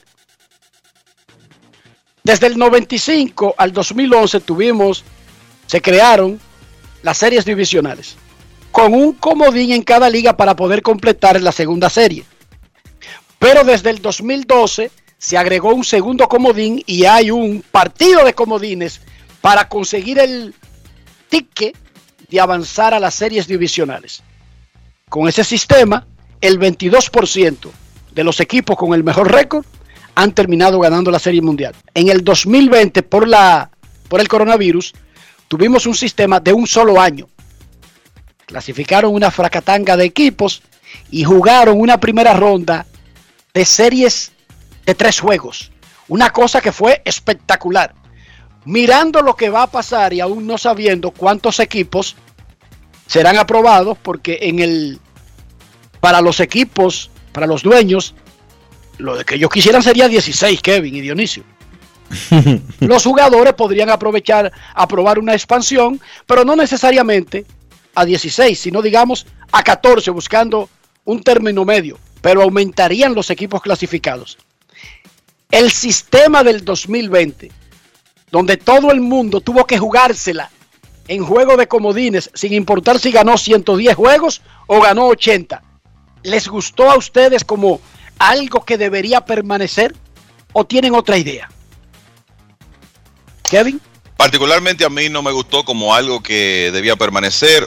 Desde el 95 al 2011 se crearon las series divisionales, con un comodín en cada liga para poder completar la segunda serie. Pero desde el 2012 se agregó un segundo comodín y hay un partido de comodines para conseguir el ticket de avanzar a las series divisionales. Con ese sistema, el 22% de los equipos con el mejor récord han terminado ganando la Serie Mundial. En el 2020, por el coronavirus, tuvimos un sistema de un solo año. Clasificaron una fracatanga de equipos y jugaron una primera ronda de series de 3 juegos. Una cosa que fue espectacular. Mirando lo que va a pasar y aún no sabiendo cuántos equipos serán aprobados, porque para los equipos, para los dueños, lo de que ellos quisieran sería 16, Kevin y Dionisio. Los jugadores podrían aprobar una expansión, pero no necesariamente a 16, sino digamos a 14, buscando un término medio, pero aumentarían los equipos clasificados. El sistema del 2020, donde todo el mundo tuvo que jugársela en juego de comodines, sin importar si ganó 110 juegos o ganó 80, ¿les gustó a ustedes como algo que debería permanecer o tienen otra idea? Kevin. Particularmente a mí no me gustó como algo que debía permanecer.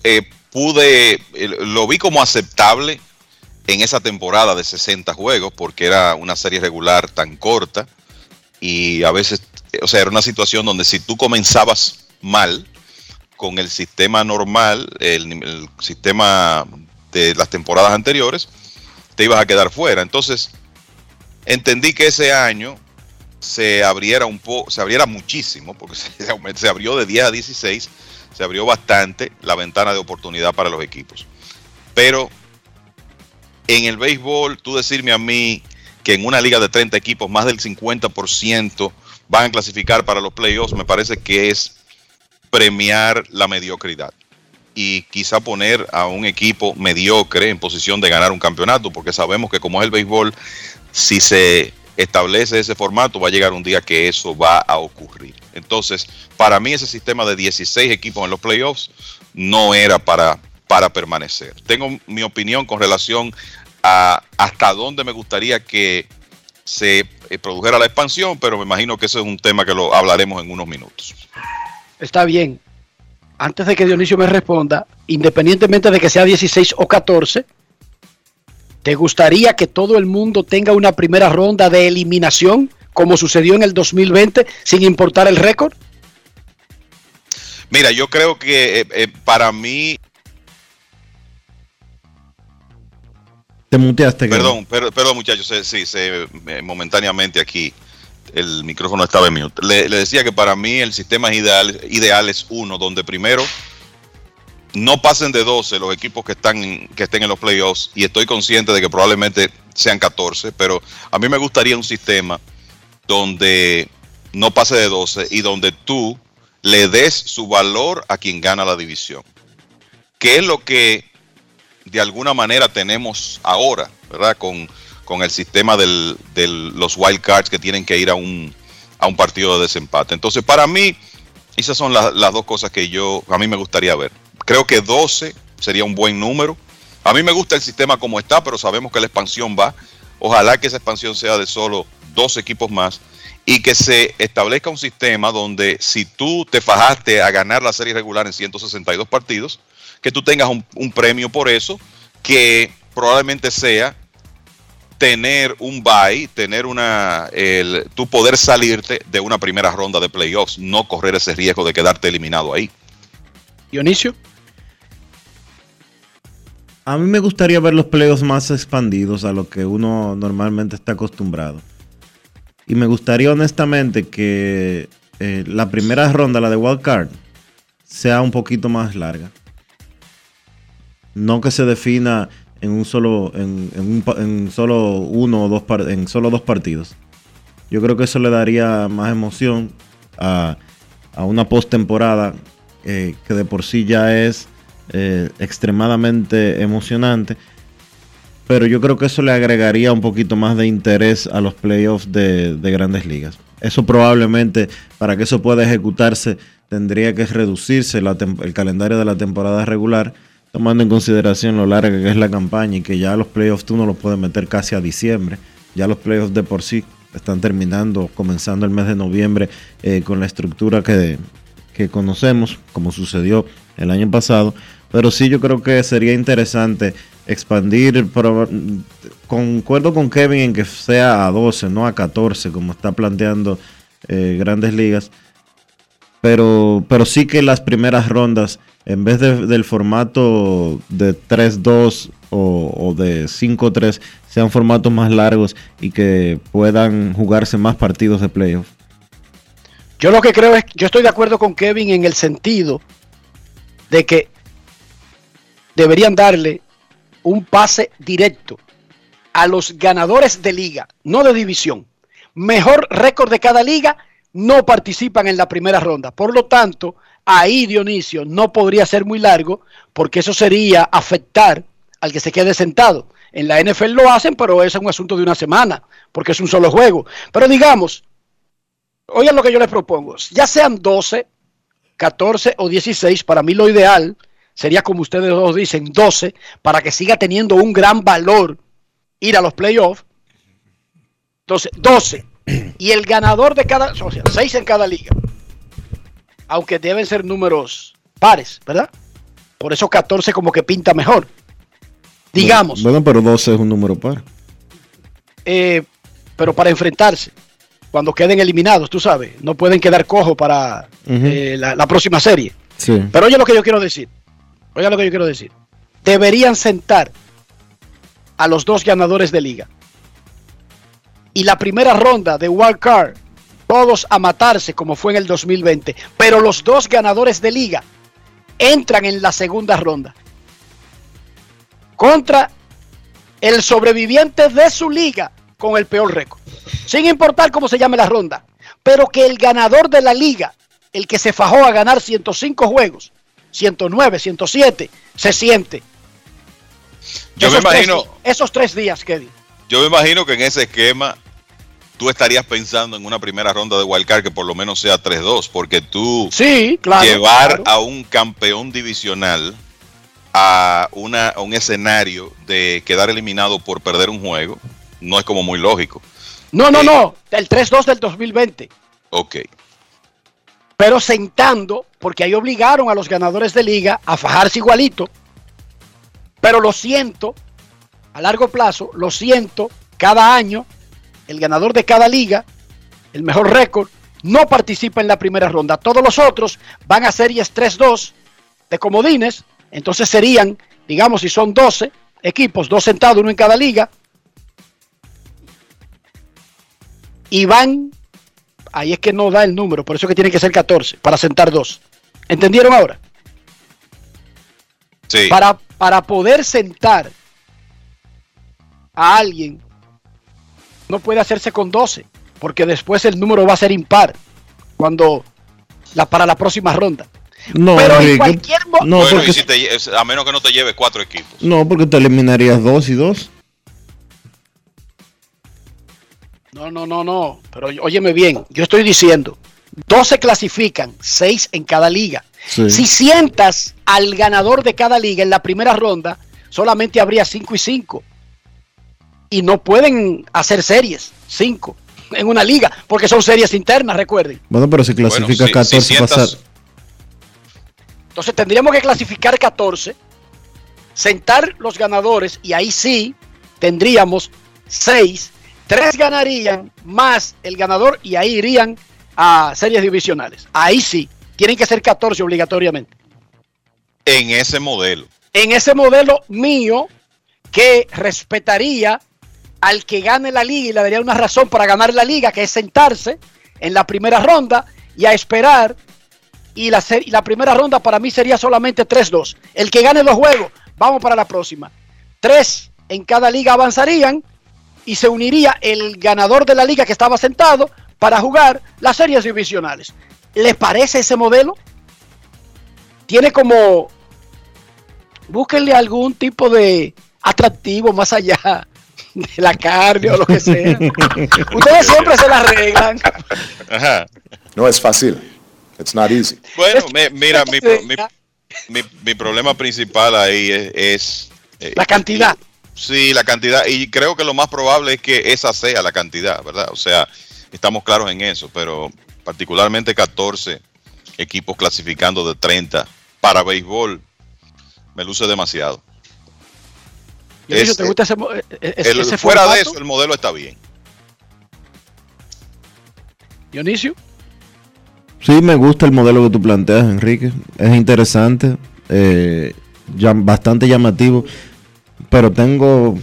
Lo vi como aceptable en esa temporada de 60 juegos porque era una serie regular tan corta y a veces, o sea, era una situación donde si tú comenzabas mal con el sistema normal, el sistema de las temporadas anteriores, te ibas a quedar fuera. Entonces, entendí que ese año se abriera muchísimo, porque se abrió de 10 a 16, se abrió bastante la ventana de oportunidad para los equipos. Pero en el béisbol, tú decirme a mí que en una liga de 30 equipos más del 50% van a clasificar para los playoffs, me parece que es premiar la mediocridad y quizá poner a un equipo mediocre en posición de ganar un campeonato, porque sabemos que como es el béisbol, si se establece ese formato, va a llegar un día que eso va a ocurrir. Entonces, para mí ese sistema de 16 equipos en los playoffs no era para permanecer. Tengo mi opinión con relación a hasta dónde me gustaría que se produjera la expansión, pero me imagino que ese es un tema que lo hablaremos en unos minutos. Está bien. Antes de que Dionisio me responda, independientemente de que sea 16 o 14, ¿te gustaría que todo el mundo tenga una primera ronda de eliminación, como sucedió en el 2020, sin importar el récord? Mira, yo creo que para mí... Te muteaste. Perdón muchachos, momentáneamente aquí el micrófono estaba en mute. Le decía que para mí el sistema ideal es uno, donde primero no pasen de 12 los equipos que estén en los playoffs, y estoy consciente de que probablemente sean 14, pero a mí me gustaría un sistema donde no pase de 12 y donde tú le des su valor a quien gana la división, que es lo que de alguna manera tenemos ahora, ¿verdad? Con el sistema de los wild cards que tienen que ir a un partido de desempate. Entonces, para mí, esas son las dos cosas que a mí me gustaría ver. Creo que 12 sería un buen número. A mí me gusta el sistema como está, pero sabemos que la expansión va. Ojalá que esa expansión sea de solo 2 equipos más y que se establezca un sistema donde si tú te fajaste a ganar la serie regular en 162 partidos, que tú tengas un premio por eso, que probablemente sea tener un bye, tú poder salirte de una primera ronda de playoffs, no correr ese riesgo de quedarte eliminado ahí. Dionisio. A mí me gustaría ver los playoffs más expandidos a lo que uno normalmente está acostumbrado. Y me gustaría honestamente que la primera ronda, la de wild card, sea un poquito más larga. No que se defina en solo 2 partidos. Yo creo que eso le daría más emoción a una postemporada que de por sí ya es extremadamente emocionante, pero yo creo que eso le agregaría un poquito más de interés a los playoffs de Grandes Ligas. Eso probablemente, para que eso pueda ejecutarse, tendría que reducirse el calendario de la temporada regular, tomando en consideración lo larga que es la campaña y que ya los playoffs tú no los puedes meter casi a diciembre. Ya los playoffs de por sí están comenzando el mes de noviembre con la estructura que conocemos, como sucedió el año pasado. Pero sí, yo creo que sería interesante expandir, concuerdo con Kevin en que sea a 12, no a 14, como está planteando Grandes Ligas. Pero sí que las primeras rondas, en vez del formato de 3-2 o de 5-3, sean formatos más largos y que puedan jugarse más partidos de playoff. Yo lo que creo es, yo estoy de acuerdo con Kevin en el sentido de que deberían darle un pase directo a los ganadores de liga, no de división. Mejor récord de cada liga no participan en la primera ronda. Por lo tanto, ahí, Dionisio, no podría ser muy largo, porque eso sería afectar al que se quede sentado. En la NFL lo hacen, pero eso es un asunto de una semana, porque es un solo juego. Pero digamos, oigan lo que yo les propongo, ya sean 12, 14 o 16, para mí lo ideal sería, como ustedes dos dicen, 12, para que siga teniendo un gran valor ir a los playoffs. Entonces, 12. Y el ganador de cada, o sea, 6 en cada liga. aunque deben ser números pares, ¿verdad? Por eso 14 como que pinta mejor. Digamos. Bueno, pero 12 es un número par. Pero para enfrentarse, cuando queden eliminados, tú sabes, no pueden quedar cojos para la próxima serie. Sí. Pero oye lo que yo quiero decir. Deberían sentar a los 2 ganadores de liga. Y la primera ronda de Wild Card, todos a matarse como fue en el 2020. Pero los 2 ganadores de liga entran en la segunda ronda contra el sobreviviente de su liga con el peor récord, sin importar cómo se llame la ronda, pero que el ganador de la liga, el que se fajó a ganar 105 juegos, 109, 107, se siente. Yo me imagino esos 3 días, Kevin. Yo me imagino que en ese esquema tú estarías pensando en una primera ronda de wildcard que por lo menos sea 3-2, porque tú llevar a un campeón divisional a un escenario de quedar eliminado por perder un juego no es como muy lógico. No, el 3-2 del 2020. Ok. Pero sentando, porque ahí obligaron a los ganadores de liga a fajarse igualito, pero lo siento, a largo plazo, lo siento, cada año, el ganador de cada liga, el mejor récord, no participa en la primera ronda. Todos los otros van a series 3-2 de comodines, entonces serían, digamos, si son 12 equipos, 2 sentados, 1 en cada liga, y van, ahí es que no da el número, por eso que tiene que ser 14, para sentar 2. ¿Entendieron ahora? Sí. Para poder sentar a alguien, no puede hacerse con 12, porque después el número va a ser impar para la próxima ronda. No, pero Enrique, en cualquier bueno, porque... a menos que no te lleve 4 equipos. No, porque te eliminarías 2 y 2. No, pero óyeme bien, yo estoy diciendo, 12 clasifican, 6 en cada liga. Sí. Si sientas al ganador de cada liga en la primera ronda, solamente habría 5 y 5. Y no pueden hacer series, 5 en una liga, porque son series internas, recuerden. Bueno, pero si clasificas 14, si pasar. Entonces tendríamos que clasificar 14, sentar los ganadores, y ahí sí tendríamos 6. 3 ganarían más el ganador y ahí irían a series divisionales. Ahí sí, tienen que ser 14 obligatoriamente. En ese modelo. En ese modelo mío, que respetaría al que gane la liga y le daría una razón para ganar la liga, que es sentarse en la primera ronda y a esperar. Y la primera ronda para mí sería solamente 3-2. El que gane 2 juegos, vamos para la próxima. 3 en cada liga avanzarían. Y se uniría el ganador de la liga que estaba sentado para jugar las series divisionales. ¿Les parece ese modelo? Tiene como... Búsquenle algún tipo de atractivo más allá de la carne o lo que sea. Ustedes siempre se la arreglan. Ajá. No es fácil. It's not easy. Bueno, mira, mi problema principal ahí es la cantidad. Sí, la cantidad, y creo que lo más probable es que esa sea la cantidad, ¿verdad? O sea, estamos claros en eso, pero particularmente 14 equipos clasificando de 30 para béisbol me luce demasiado. ¿Te gusta ese fuera formato? de eso, el modelo está bien. ¿Dionisio? Sí, me gusta el modelo que tú planteas, Enrique. Es interesante, bastante llamativo. Pero tengo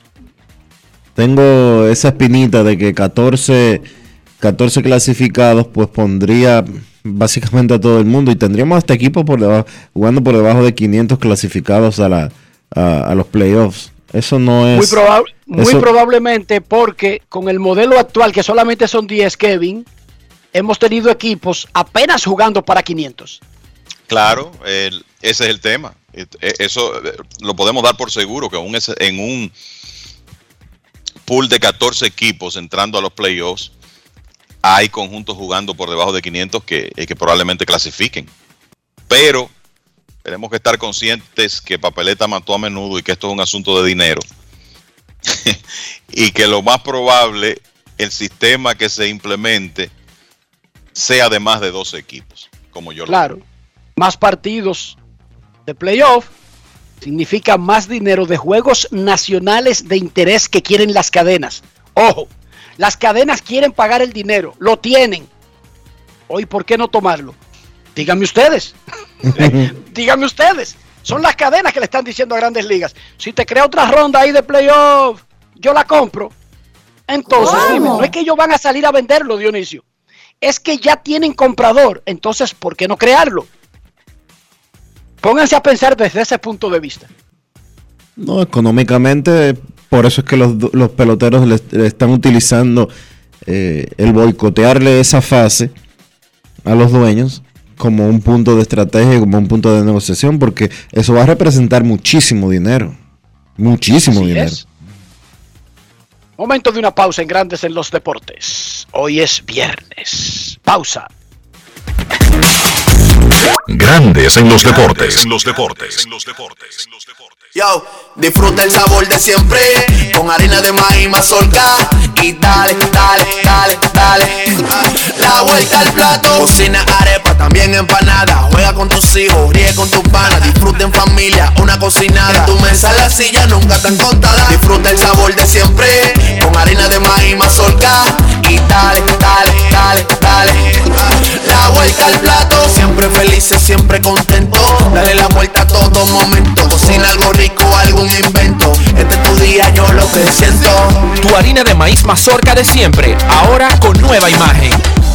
esa espinita de que 14 clasificados pues pondría básicamente a todo el mundo y tendríamos hasta equipos jugando por debajo de 500 clasificados a los playoffs. Eso no es... Muy probablemente, porque con el modelo actual, que solamente son 10, Kevin, hemos tenido equipos apenas jugando para 500. Claro, ese es el tema. Eso lo podemos dar por seguro, que en un pool de 14 equipos entrando a los playoffs, hay conjuntos jugando por debajo de 500 que probablemente clasifiquen. Pero tenemos que estar conscientes que papeleta mató a menudo y que esto es un asunto de dinero. Y que lo más probable, el sistema que se implemente sea de más de 12 equipos. como yo Claro. lo veo. Más partidos de playoff significa más dinero de juegos nacionales de interés que quieren las cadenas. Ojo, las cadenas quieren pagar el dinero, lo tienen. Hoy, ¿por qué no tomarlo? Díganme ustedes. Díganme ustedes. Son las cadenas que le están diciendo a Grandes Ligas: si te crea otra ronda ahí de playoff, yo la compro. Entonces, dime, no es que ellos van a salir a venderlo, Dionisio. Es que ya tienen comprador. Entonces, ¿por qué no crearlo? Pónganse a pensar desde ese punto de vista. No, económicamente, por eso es que los peloteros le están utilizando el boicotearle esa fase a los dueños como un punto de estrategia, como un punto de negociación, porque eso va a representar muchísimo dinero. Muchísimo dinero. Momento de una pausa en Grandes en los Deportes. Hoy es viernes. Pausa. Grandes en los deportes. Yo, disfruta el sabor de siempre, con harina de maíz mazorca, y dale, dale, dale, dale, la vuelta al plato. Cocina arepa, también empanada, juega con tus hijos, ríe con tus panas, disfruta en familia, una cocinada, en tu mesa la silla nunca tan contada. Disfruta el sabor de siempre, con harina de maíz mazorca, y dale, dale, dale, dale, la vuelta al plato. Siempre felices, siempre contentos, dale la vuelta a todo momento. Cocina algo rico, algún invento, este es tu día, yo lo que siento. Tu harina de maíz mazorca de siempre, ahora con nueva imagen.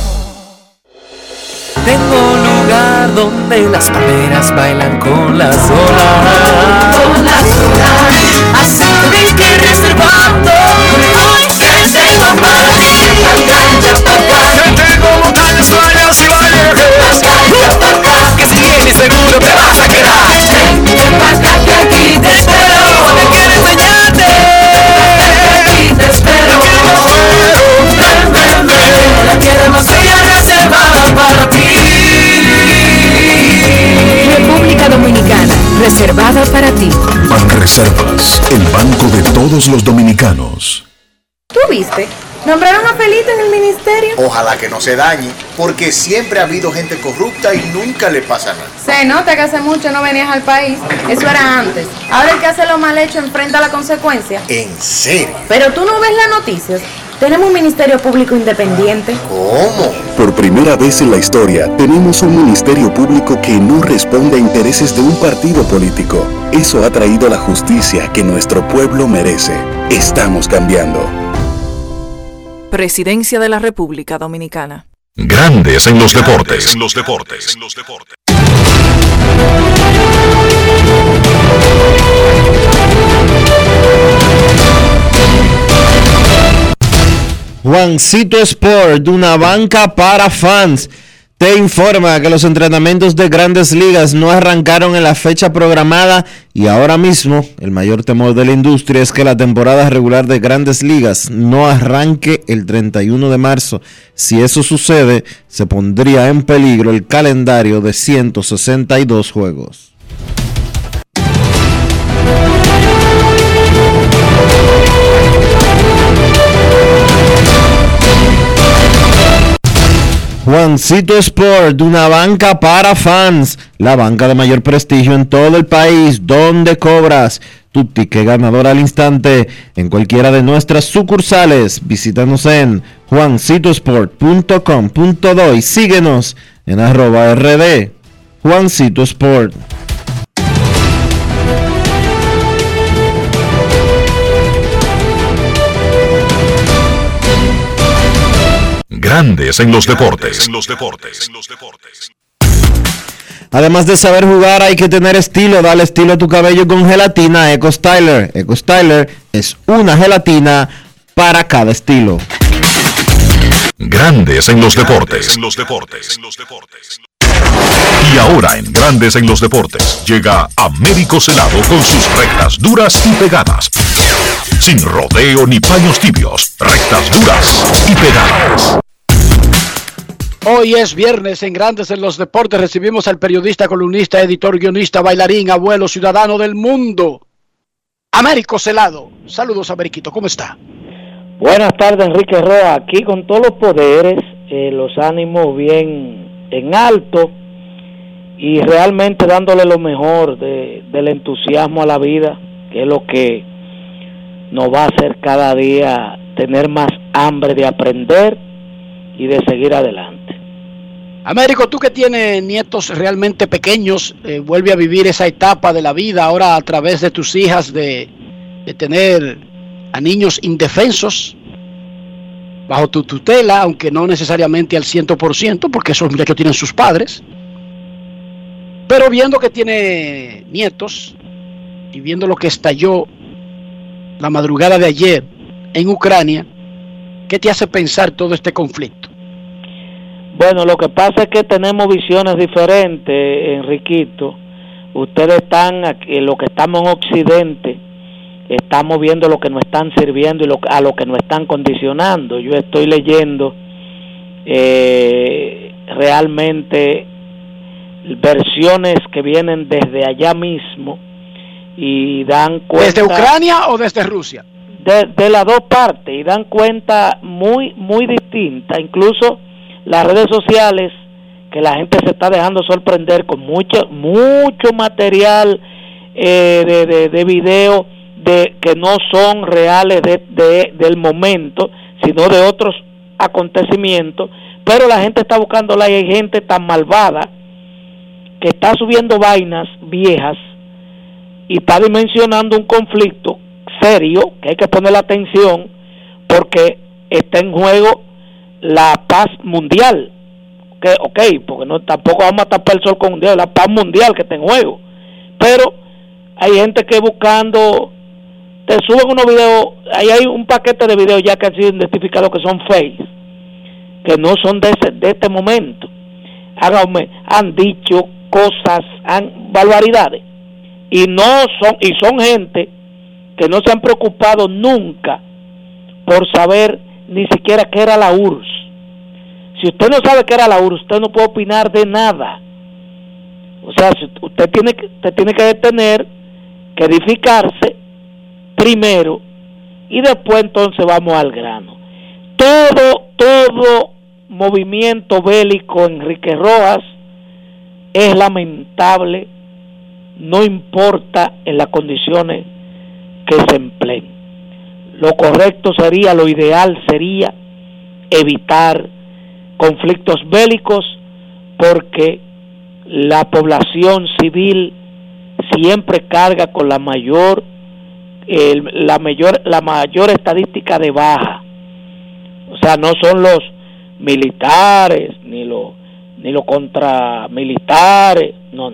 Tengo un lugar donde las palmeras bailan con las olas. Con las olas. Así que ven que reservando. Hoy que tengo para ti. Que tengo montañas, playas y valles. Que si vienes seguro te vas a quedar. Ven para acá que aquí te espero. Porque quiero enseñarte. Aquí te espero. Ven, ven, ven. La queremos ella reservada para ti. República Dominicana, reservada para ti. Banreservas, el banco de todos los dominicanos. ¿Tú viste? ¿Nombraron a Felito en el ministerio? Ojalá que no se dañe, porque siempre ha habido gente corrupta y nunca le pasa nada. Se nota que hace mucho no venías al país. Eso era antes. Ahora el que hace lo mal hecho enfrenta la consecuencia. ¿En serio? Pero tú no ves las noticias. Tenemos un ministerio público independiente. ¿Cómo? Por primera vez en la historia, tenemos un ministerio público que no responde a intereses de un partido político. Eso ha traído la justicia que nuestro pueblo merece. Estamos cambiando. Presidencia de la República Dominicana. Grandes en los deportes. Juancito Sport, una banca para fans, te informa que los entrenamientos de Grandes Ligas no arrancaron en la fecha programada y ahora mismo el mayor temor de la industria es que la temporada regular de Grandes Ligas no arranque el 31 de marzo. Si eso sucede, se pondría en peligro el calendario de 162 juegos. Juancito Sport, una banca para fans, la banca de mayor prestigio en todo el país, donde cobras tu ticket ganador al instante en cualquiera de nuestras sucursales. Visítanos en juancitosport.com.do y síguenos en @RD Juancito Sport. Grandes en los deportes. Además de saber jugar, hay que tener estilo. Dale estilo a tu cabello con gelatina Eco Styler. Eco Styler es una gelatina para cada estilo. Grandes en los deportes. Y ahora en Grandes en los deportes llega Américo Celado con sus rectas duras y pegadas. Sin rodeo ni paños tibios, rectas duras y pegadas. Hoy es viernes en Grandes en los Deportes. Recibimos al periodista, columnista, editor, guionista, bailarín, abuelo, ciudadano del mundo, Américo Celado. Saludos, Ameriquito, ¿cómo está? Buenas tardes, Enrique Roa, aquí con todos los poderes, los ánimos bien en alto y realmente dándole lo mejor del entusiasmo a la vida, que es lo que nos va a hacer cada día tener más hambre de aprender y de seguir adelante. Américo, tú que tienes nietos realmente pequeños, vuelve a vivir esa etapa de la vida ahora a través de tus hijas de tener a niños indefensos bajo tu tutela, aunque no necesariamente al 100%, porque esos muchachos tienen sus padres, pero viendo que tiene nietos y viendo lo que estalló la madrugada de ayer en Ucrania, ¿qué te hace pensar todo este conflicto? Bueno, lo que pasa es que tenemos visiones diferentes, Enriquito. Ustedes están aquí, lo que estamos en Occidente, estamos viendo lo que nos están sirviendo y a lo que nos están condicionando. Yo estoy leyendo realmente versiones que vienen desde allá mismo y dan cuenta... ¿Desde Ucrania o desde Rusia? De las dos partes, y dan cuenta muy distinta. Incluso las redes sociales, que la gente se está dejando sorprender con mucho material de video que no son reales del momento, sino de otros acontecimientos, pero la gente está buscando y hay gente tan malvada que está subiendo vainas viejas y está dimensionando un conflicto serio que hay que poner la atención, porque está en juego la paz mundial. Okay, porque tampoco vamos a tapar el sol con un dedo, la paz mundial que está en juego. Pero hay gente que buscando, te suben unos videos, ahí hay un paquete de videos ya que han sido identificados que son fakes, que no son de este momento. Han dicho cosas, barbaridades, y son gente que no se han preocupado nunca por saber ni siquiera qué era la URSS. Si usted no sabe qué era la URSS, usted no puede opinar de nada. O sea, usted tiene que detener, que edificarse primero, y después entonces vamos al grano. Todo movimiento bélico, Enrique Rojas, es lamentable, no importa en las condiciones que se empleen. Lo correcto sería, lo ideal sería evitar conflictos bélicos, porque la población civil siempre carga con la mayor estadística de baja. O sea, no son los militares ni los contramilitares, no,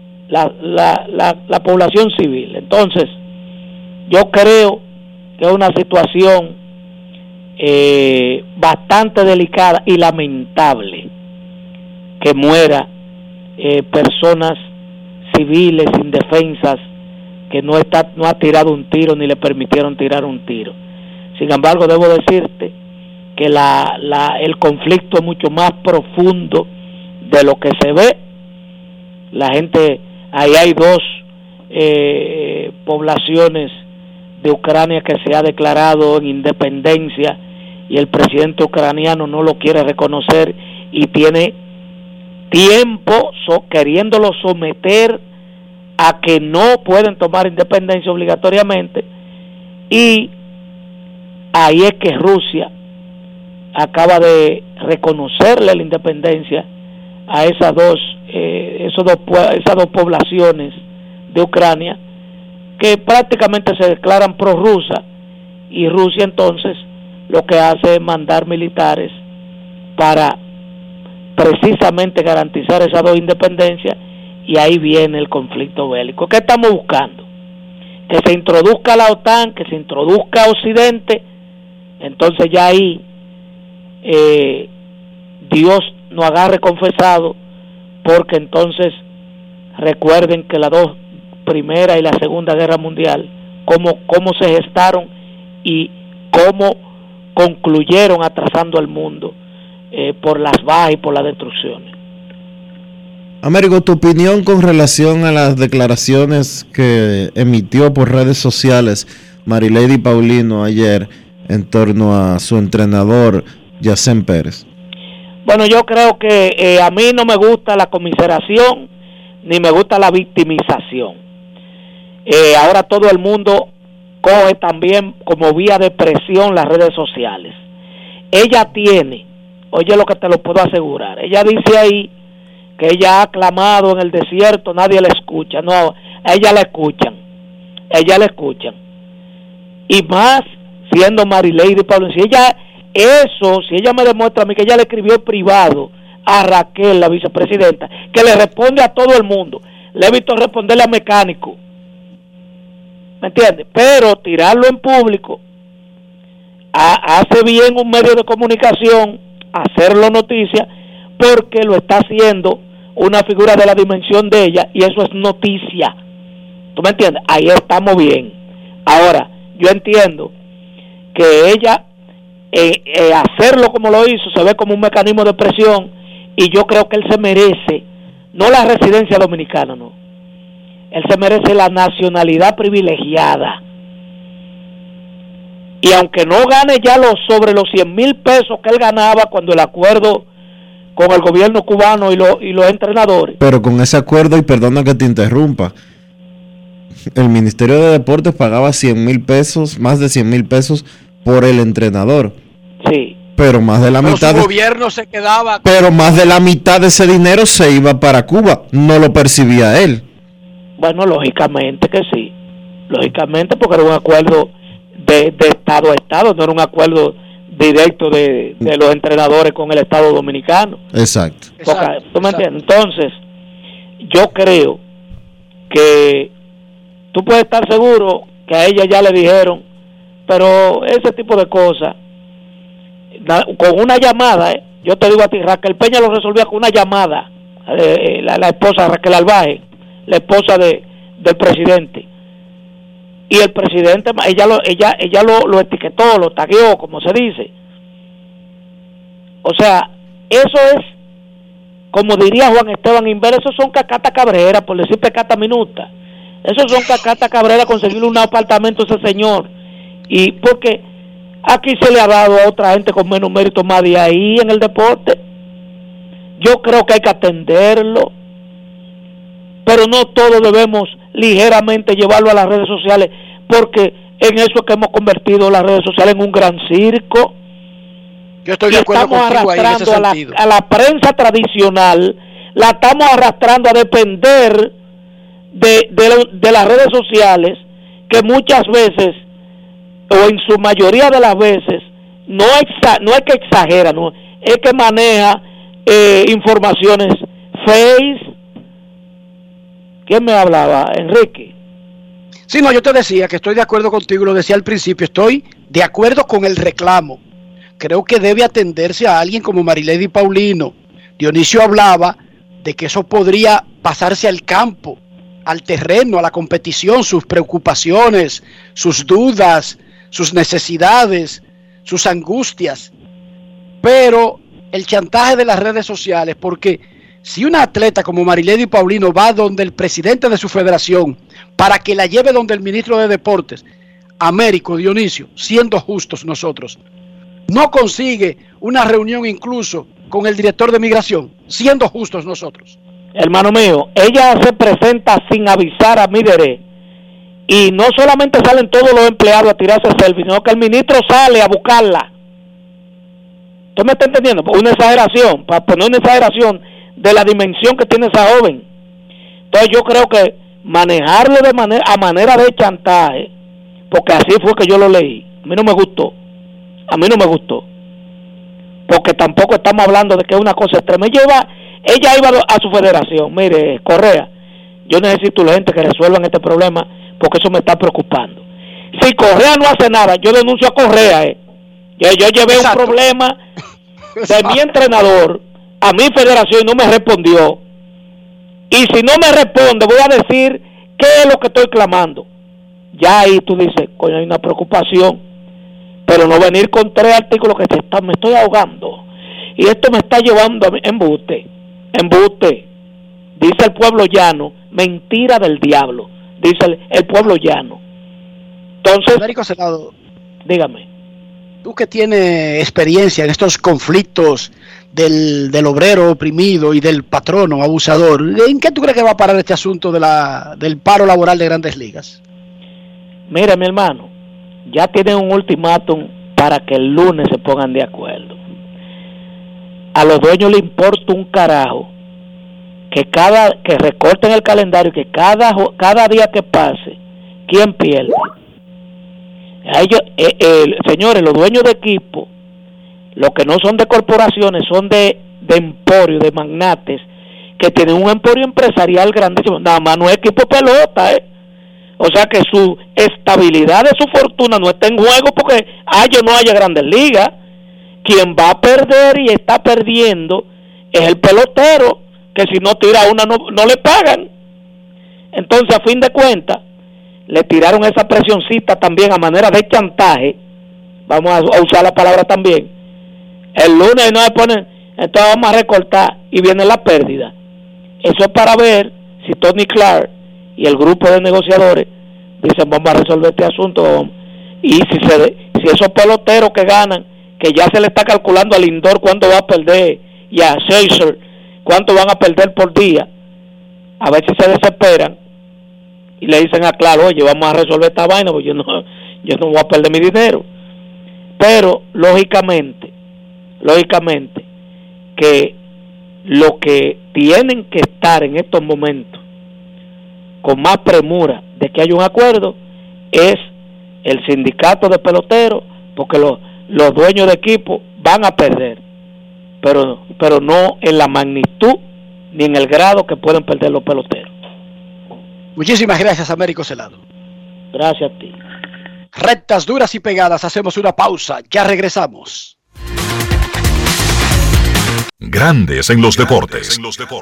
la población civil. Entonces, yo creo que es una situación bastante delicada y lamentable que muera personas civiles indefensas que no ha tirado un tiro ni le permitieron tirar un tiro. Sin embargo, debo decirte que el conflicto es mucho más profundo de lo que se ve. La gente, ahí hay dos poblaciones de Ucrania que se ha declarado en independencia y el presidente ucraniano no lo quiere reconocer y tiene tiempo queriéndolo someter a que no pueden tomar independencia obligatoriamente, y ahí es que Rusia acaba de reconocerle la independencia a esas dos poblaciones de Ucrania que prácticamente se declaran prorrusa, y Rusia entonces lo que hace es mandar militares para precisamente garantizar esas dos independencias, y ahí viene el conflicto bélico. ¿Qué estamos buscando? Que se introduzca la OTAN, que se introduzca Occidente, entonces ya ahí Dios nos agarre confesado, porque entonces recuerden que las dos Primera y la Segunda Guerra Mundial, cómo se gestaron y cómo concluyeron atrasando al mundo por las bajas y por las destrucciones. Américo, tu opinión con relación a las declaraciones que emitió por redes sociales Marilady Paulino ayer en torno a su entrenador Yacen Pérez. Bueno, yo creo que a mí no me gusta la conmiseración, ni me gusta la victimización. Ahora todo el mundo coge también como vía de presión las redes sociales. Ella tiene, oye lo que te lo puedo asegurar, ella dice ahí que ella ha clamado en el desierto, nadie la escucha. No, a ella la escuchan, y más siendo Marilady Pablo. Si ella me demuestra a mí que ella le escribió en privado a Raquel, la vicepresidenta, que le responde a todo el mundo, le he visto responderle a Mecánico, ¿me entiendes? Pero tirarlo en público, hace bien un medio de comunicación hacerlo noticia, porque lo está haciendo una figura de la dimensión de ella, y eso es noticia. ¿Tú me entiendes? Ahí estamos bien. Ahora, yo entiendo que ella, hacerlo como lo hizo, se ve como un mecanismo de presión, y yo creo que él se merece, no la residencia dominicana, no. Él se merece la nacionalidad privilegiada. Y aunque no gane ya sobre los 100,000 pesos que él ganaba cuando el acuerdo con el gobierno cubano y los entrenadores. Pero con ese acuerdo, y perdona que te interrumpa, el Ministerio de Deportes pagaba 100,000 pesos, más de 100,000 pesos por el entrenador. Sí. Pero más de la mitad. Su gobierno se quedaba. Pero más de la mitad de ese dinero se iba para Cuba. No lo percibía él. Bueno, lógicamente que sí. Lógicamente, porque era un acuerdo de Estado a Estado, no era un acuerdo directo de los entrenadores con el Estado dominicano. Exacto. Porque, ¿tú me entiendes? Entonces, yo creo que tú puedes estar seguro que a ella ya le dijeron, pero ese tipo de cosas, con una llamada, yo te digo a ti, Raquel Peña lo resolvía con una llamada, la esposa Raquel Albaje, la esposa del presidente, y el presidente, ella lo etiquetó, lo tagueó, como se dice. O sea, eso es, como diría Juan Esteban Inver, esos son cacata cabrera, por decir pecata minuta. Esos son cacata cabrera, conseguirle un apartamento a ese señor. Y porque aquí se le ha dado a otra gente con menos mérito más de ahí en el deporte. Yo creo que hay que atenderlo, pero no todo debemos ligeramente llevarlo a las redes sociales, porque en eso es que hemos convertido las redes sociales en un gran circo. Yo estoy de acuerdo contigo ahí en ese sentido. A la prensa tradicional la estamos arrastrando a depender de las redes sociales, que muchas veces, o en su mayoría de las veces, no es que exagera, no, es que maneja informaciones fake. ¿Quién me hablaba? Enrique. Sí, no, yo te decía que estoy de acuerdo contigo, lo decía al principio, estoy de acuerdo con el reclamo. Creo que debe atenderse a alguien como Marilady Paulino. Dionisio hablaba de que eso podría pasarse al campo, al terreno, a la competición, sus preocupaciones, sus dudas, sus necesidades, sus angustias. Pero el chantaje de las redes sociales, porque si una atleta como Marilady Paulino va donde el presidente de su federación para que la lleve donde el ministro de Deportes, Américo Dionisio, siendo justos nosotros, no consigue una reunión incluso con el director de migración, siendo justos nosotros. Hermano mío, ella se presenta sin avisar a Midere, y no solamente salen todos los empleados a tirarse selfie, sino que el ministro sale a buscarla. ¿Tú me estás entendiendo? Una exageración, para poner una exageración de la dimensión que tiene esa joven. Entonces yo creo que manejarlo a manera de chantaje, porque así fue que yo lo leí, a mí no me gustó, porque tampoco estamos hablando de que es una cosa extrema. Ella iba a su federación, mire, Correa, yo necesito gente que resuelvan este problema, porque eso me está preocupando. Si Correa no hace nada, yo denuncio a Correa. Yo llevé un problema de mi entrenador a mi federación y no me respondió. Y si no me responde, voy a decir qué es lo que estoy clamando. Ya ahí tú dices, coño, hay una preocupación, pero no venir con 3 artículos que me estoy ahogando y esto me está llevando a mí. Embuste, dice el pueblo llano, mentira del diablo, dice el pueblo llano. Entonces, Américo Celado, dígame, tú que tienes experiencia en estos conflictos del obrero oprimido y del patrono abusador. ¿En qué tú crees que va a parar este asunto del paro laboral de Grandes Ligas? Mira, mi hermano, ya tienen un ultimátum para que el lunes se pongan de acuerdo. A los dueños les importa un carajo que recorten el calendario, que cada día que pase, ¿quién pierde? A ellos, señores, los dueños de equipo, los que no son de corporaciones, son de emporio, de magnates, que tienen un emporio empresarial grandísimo. Nada más no es equipo pelota, O sea que su estabilidad de su fortuna no está en juego porque haya o no haya Grandes Ligas. Quien va a perder y está perdiendo es el pelotero, que si no tira una no le pagan. Entonces, a fin de cuentas, le tiraron esa presioncita también a manera de chantaje. Vamos a usar la palabra también. El lunes no se ponen, entonces vamos a recortar y viene la pérdida. Eso es para ver si Tony Clark y el grupo de negociadores dicen vamos a resolver este asunto, y si esos peloteros que ganan, que ya se le está calculando a Lindor cuánto va a perder y a Scherzer cuánto van a perder por día, a ver si se desesperan y le dicen a Clark, oye, vamos a resolver esta vaina porque yo no voy a perder mi dinero. Pero lógicamente que lo que tienen que estar en estos momentos con más premura de que haya un acuerdo es el sindicato de peloteros, porque los dueños de equipo van a perder, pero no en la magnitud ni en el grado que pueden perder los peloteros. Muchísimas gracias, Américo Celado. Gracias a ti. Rectas duras y pegadas, hacemos una pausa, ya regresamos. Grandes en los deportes.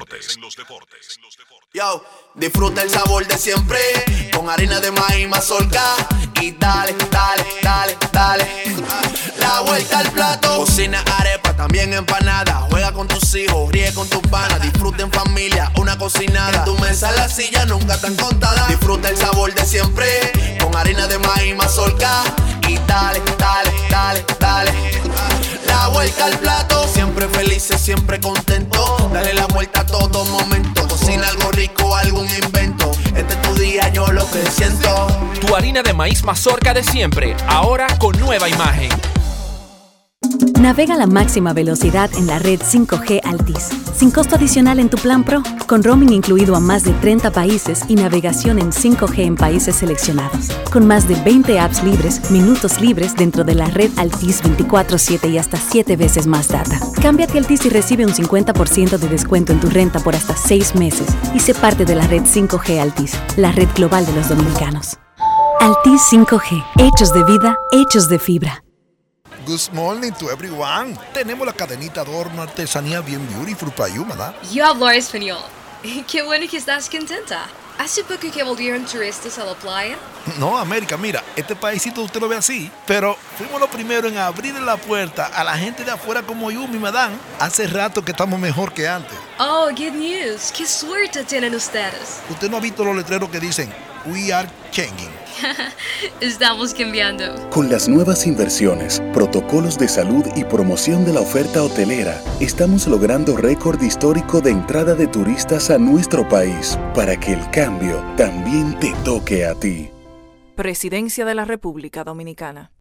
Yo, disfruta el sabor de siempre, con harina de maíz mazorca, y dale, dale, dale, dale, la vuelta al plato. Cocina arepa, también empanada, juega con tus hijos, ríe con tus panas, disfruta en familia, una cocinada, en tu mesa la silla nunca tan contada. Disfruta el sabor de siempre, con harina de maíz mazorca, y dale, dale, dale, dale, la vuelta al plato. Siempre felices, siempre contentos, dale la vuelta a todo momento. Cocina algo rico, algún invento, este es tu día, yo lo que siento. Tu harina de maíz mazorca de siempre, ahora con nueva imagen. Navega a la máxima velocidad en la red 5G Altis, sin costo adicional en tu plan Pro, con roaming incluido a más de 30 países y navegación en 5G en países seleccionados. Con más de 20 apps libres, minutos libres dentro de la red Altis 24/7 y hasta 7 veces más data. Cámbiate a Altis y recibe un 50% de descuento en tu renta por hasta 6 meses y sé parte de la red 5G Altis, la red global de los dominicanos. Altis 5G, hechos de vida, hechos de fibra. Good morning to everyone. Tenemos la cadenita adorno artesanía bien beautiful para you, ¿verdad? Yo hablo español. Qué bueno que estás contenta. ¿Hace poco que volvieron turistas a la playa? No, América, mira, este paísito usted lo ve así, pero fuimos los primeros en abrir la puerta a la gente de afuera como yo, mi madame. Hace rato que estamos mejor que antes. Oh, good news. Qué suerte tienen ustedes. ¿Usted no ha visto los letreros que dicen We are changing? Estamos cambiando. Con las nuevas inversiones, protocolos de salud y promoción de la oferta hotelera, estamos logrando récord histórico de entrada de turistas a nuestro país, para que el cambio también te toque a ti. Presidencia de la República Dominicana.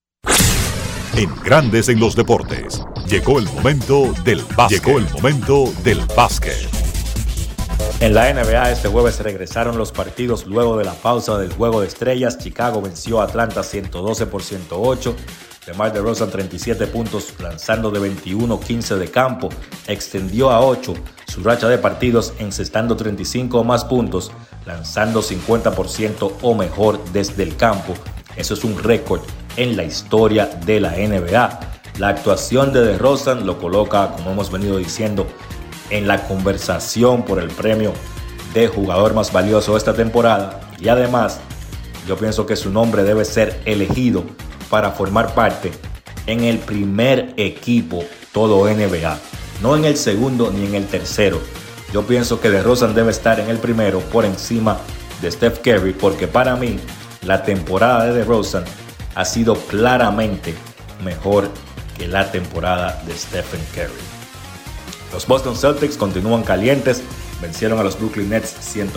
En Grandes en los deportes, llegó el momento del básquet. En la NBA este jueves regresaron los partidos luego de la pausa del Juego de Estrellas. Chicago venció a Atlanta 112-108. DeMar DeRozan 37 puntos lanzando de 21-15 de campo. Extendió a 8 su racha de partidos encestando 35 o más puntos, lanzando 50% o mejor desde el campo. Eso es un récord en la historia de la NBA. La actuación de DeRozan lo coloca, como hemos venido diciendo, en la conversación por el premio de jugador más valioso esta temporada, y además yo pienso que su nombre debe ser elegido para formar parte en el primer equipo todo NBA, no en el segundo ni en el tercero. Yo pienso que DeRozan debe estar en el primero por encima de Steph Curry, porque para mí la temporada de DeRozan ha sido claramente mejor que la temporada de Stephen Curry. Los Boston Celtics continúan calientes, vencieron a los Brooklyn Nets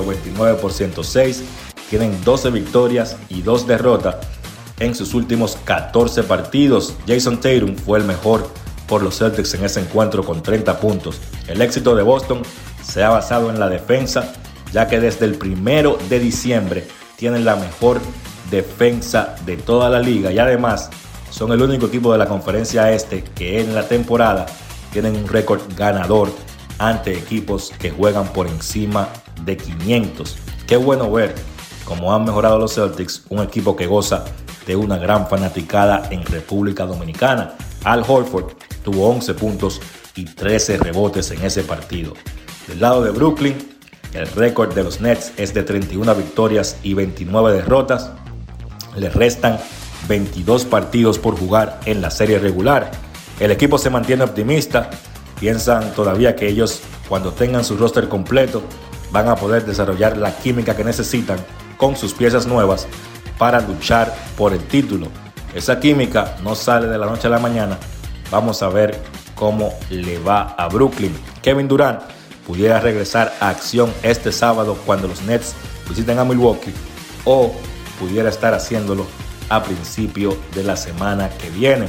129-106, tienen 12 victorias y 2 derrotas en sus últimos 14 partidos. Jason Tatum fue el mejor por los Celtics en ese encuentro con 30 puntos. El éxito de Boston se ha basado en la defensa, ya que desde el 1 de diciembre tienen la mejor defensa de toda la liga y además son el único equipo de la conferencia este que en la temporada tienen un récord ganador ante equipos que juegan por encima de 500. Qué bueno ver cómo han mejorado los Celtics, un equipo que goza de una gran fanaticada en República Dominicana. Al Horford tuvo 11 puntos y 13 rebotes en ese partido. Del lado de Brooklyn, el récord de los Nets es de 31 victorias y 29 derrotas. Les restan 22 partidos por jugar en la serie regular. El equipo se mantiene optimista. Piensan todavía que ellos, cuando tengan su roster completo, van a poder desarrollar la química que necesitan con sus piezas nuevas para luchar por el título. Esa química no sale de la noche a la mañana. Vamos a ver cómo le va a Brooklyn. Kevin Durant pudiera regresar a acción este sábado cuando los Nets visiten a Milwaukee, o pudiera estar haciéndolo a principio de la semana que viene.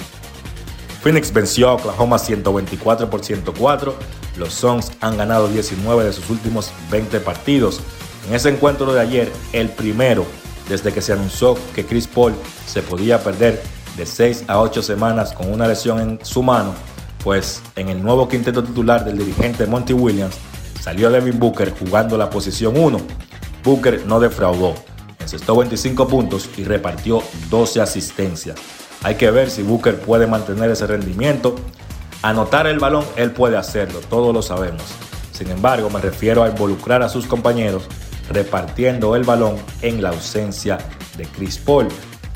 Phoenix venció a Oklahoma 124-104. Los Suns han ganado 19 de sus últimos 20 partidos. En ese encuentro de ayer, el primero desde que se anunció que Chris Paul se podía perder de 6 a 8 semanas con una lesión en su mano, pues en el nuevo quinteto titular del dirigente Monty Williams salió Devin Booker jugando la posición 1. Booker no defraudó, encestó 25 puntos y repartió 12 asistencias. Hay que ver si Booker puede mantener ese rendimiento. Anotar el balón, él puede hacerlo, todos lo sabemos. Sin embargo, me refiero a involucrar a sus compañeros repartiendo el balón en la ausencia de Chris Paul.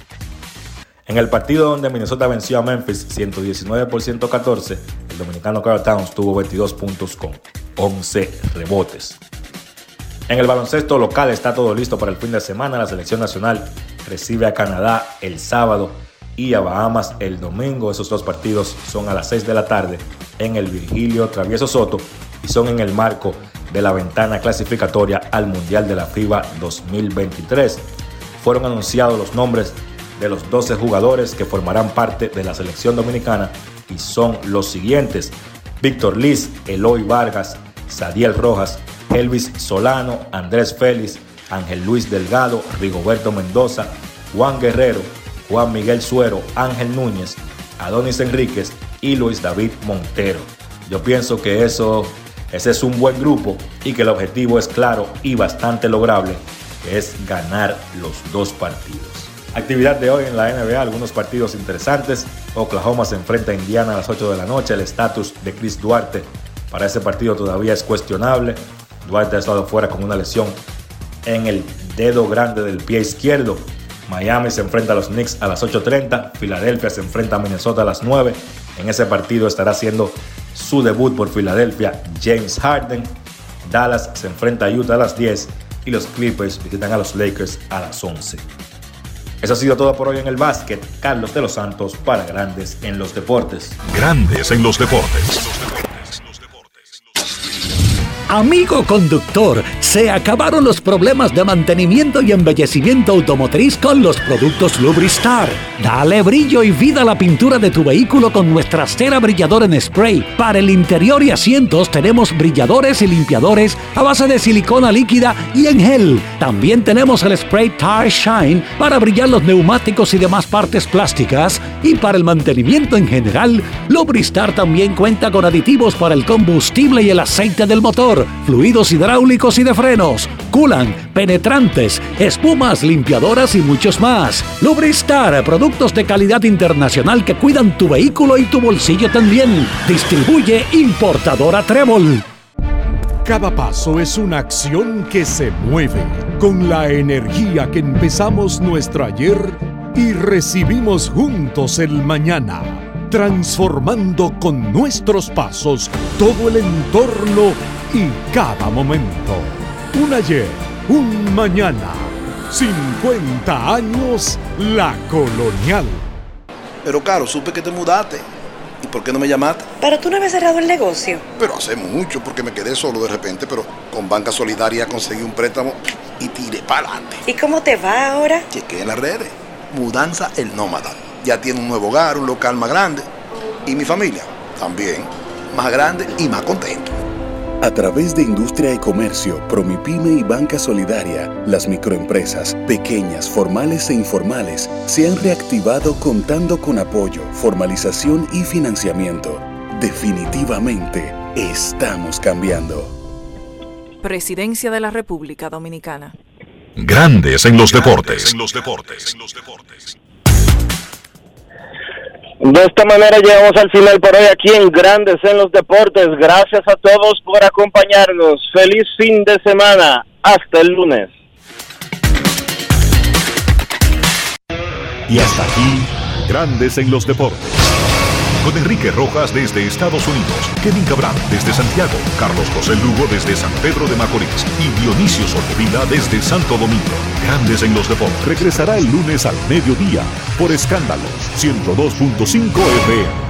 En el partido donde Minnesota venció a Memphis 119-114, el dominicano Karl Towns tuvo 22 puntos con 11 rebotes. En el baloncesto local está todo listo para el fin de semana. La selección nacional recibe a Canadá el sábado y a Bahamas el domingo. Esos dos partidos son a las 6 de la tarde en el Virgilio Travieso Soto y son en el marco de la ventana clasificatoria al Mundial de la FIBA 2023. Fueron anunciados los nombres de los 12 jugadores que formarán parte de la selección dominicana y son los siguientes: Víctor Liz, Eloy Vargas, Sadiel Rojas, Elvis Solano, Andrés Félix, Ángel Luis Delgado, Rigoberto Mendoza, Juan Guerrero, Juan Miguel Suero, Ángel Núñez, Adonis Enríquez y Luis David Montero. Yo pienso que ese es un buen grupo y que el objetivo es claro y bastante lograble, que es ganar los dos partidos. Actividad de hoy en la NBA, algunos partidos interesantes. Oklahoma se enfrenta a Indiana a las 8 de la noche. El estatus de Chris Duarte para ese partido todavía es cuestionable. Duarte ha estado fuera con una lesión en el dedo grande del pie izquierdo. Miami se enfrenta a los Knicks a las 8:30. Filadelfia se enfrenta a Minnesota a las 9. En ese partido estará haciendo su debut por Filadelfia James Harden. Dallas se enfrenta a Utah a las 10 y los Clippers visitan a los Lakers a las 11. Eso ha sido todo por hoy en el básquet. Carlos de los Santos para Grandes en los Deportes. Grandes en los Deportes. Amigo conductor, se acabaron los problemas de mantenimiento y embellecimiento automotriz con los productos Lubristar. Dale brillo y vida a la pintura de tu vehículo con nuestra cera brilladora en spray. Para el interior y asientos tenemos brilladores y limpiadores a base de silicona líquida y en gel. También tenemos el spray Tire Shine para brillar los neumáticos y demás partes plásticas. Y para el mantenimiento en general, Lubristar también cuenta con aditivos para el combustible y el aceite del motor, fluidos hidráulicos y de frenos, culan, penetrantes, espumas, limpiadoras y muchos más. Lubristar, productos de calidad internacional que cuidan tu vehículo y tu bolsillo también. Distribuye importadora Trébol. Cada paso es una acción que se mueve con la energía que empezamos nuestro ayer y recibimos juntos el mañana, transformando con nuestros pasos todo el entorno y cada momento. Un ayer, un mañana, 50 años La Colonial. Pero Caro, supe que te mudaste. ¿Y por qué no me llamaste? Pero tú no habías cerrado el negocio. Pero hace mucho, porque me quedé solo de repente, pero con Banca Solidaria conseguí un préstamo y tiré para adelante. ¿Y cómo te va ahora? Chequé en las redes. Mudanza El Nómada. Ya tiene un nuevo hogar, un local más grande. Y mi familia también, más grande y más contento. A través de Industria y Comercio, Promipyme y Banca Solidaria, las microempresas, pequeñas, formales e informales, se han reactivado contando con apoyo, formalización y financiamiento. Definitivamente, estamos cambiando. Presidencia de la República Dominicana. Grandes en los deportes. De esta manera llegamos al final por hoy aquí en Grandes en los Deportes. Gracias a todos por acompañarnos. Feliz fin de semana. Hasta el lunes. Y hasta aquí, Grandes en los Deportes. Con Enrique Rojas desde Estados Unidos, Kevin Cabral desde Santiago, Carlos José Lugo desde San Pedro de Macorís y Dionisio Solterida desde Santo Domingo. Grandes en los Deportes regresará el lunes al mediodía por Escándalos 102.5 FM.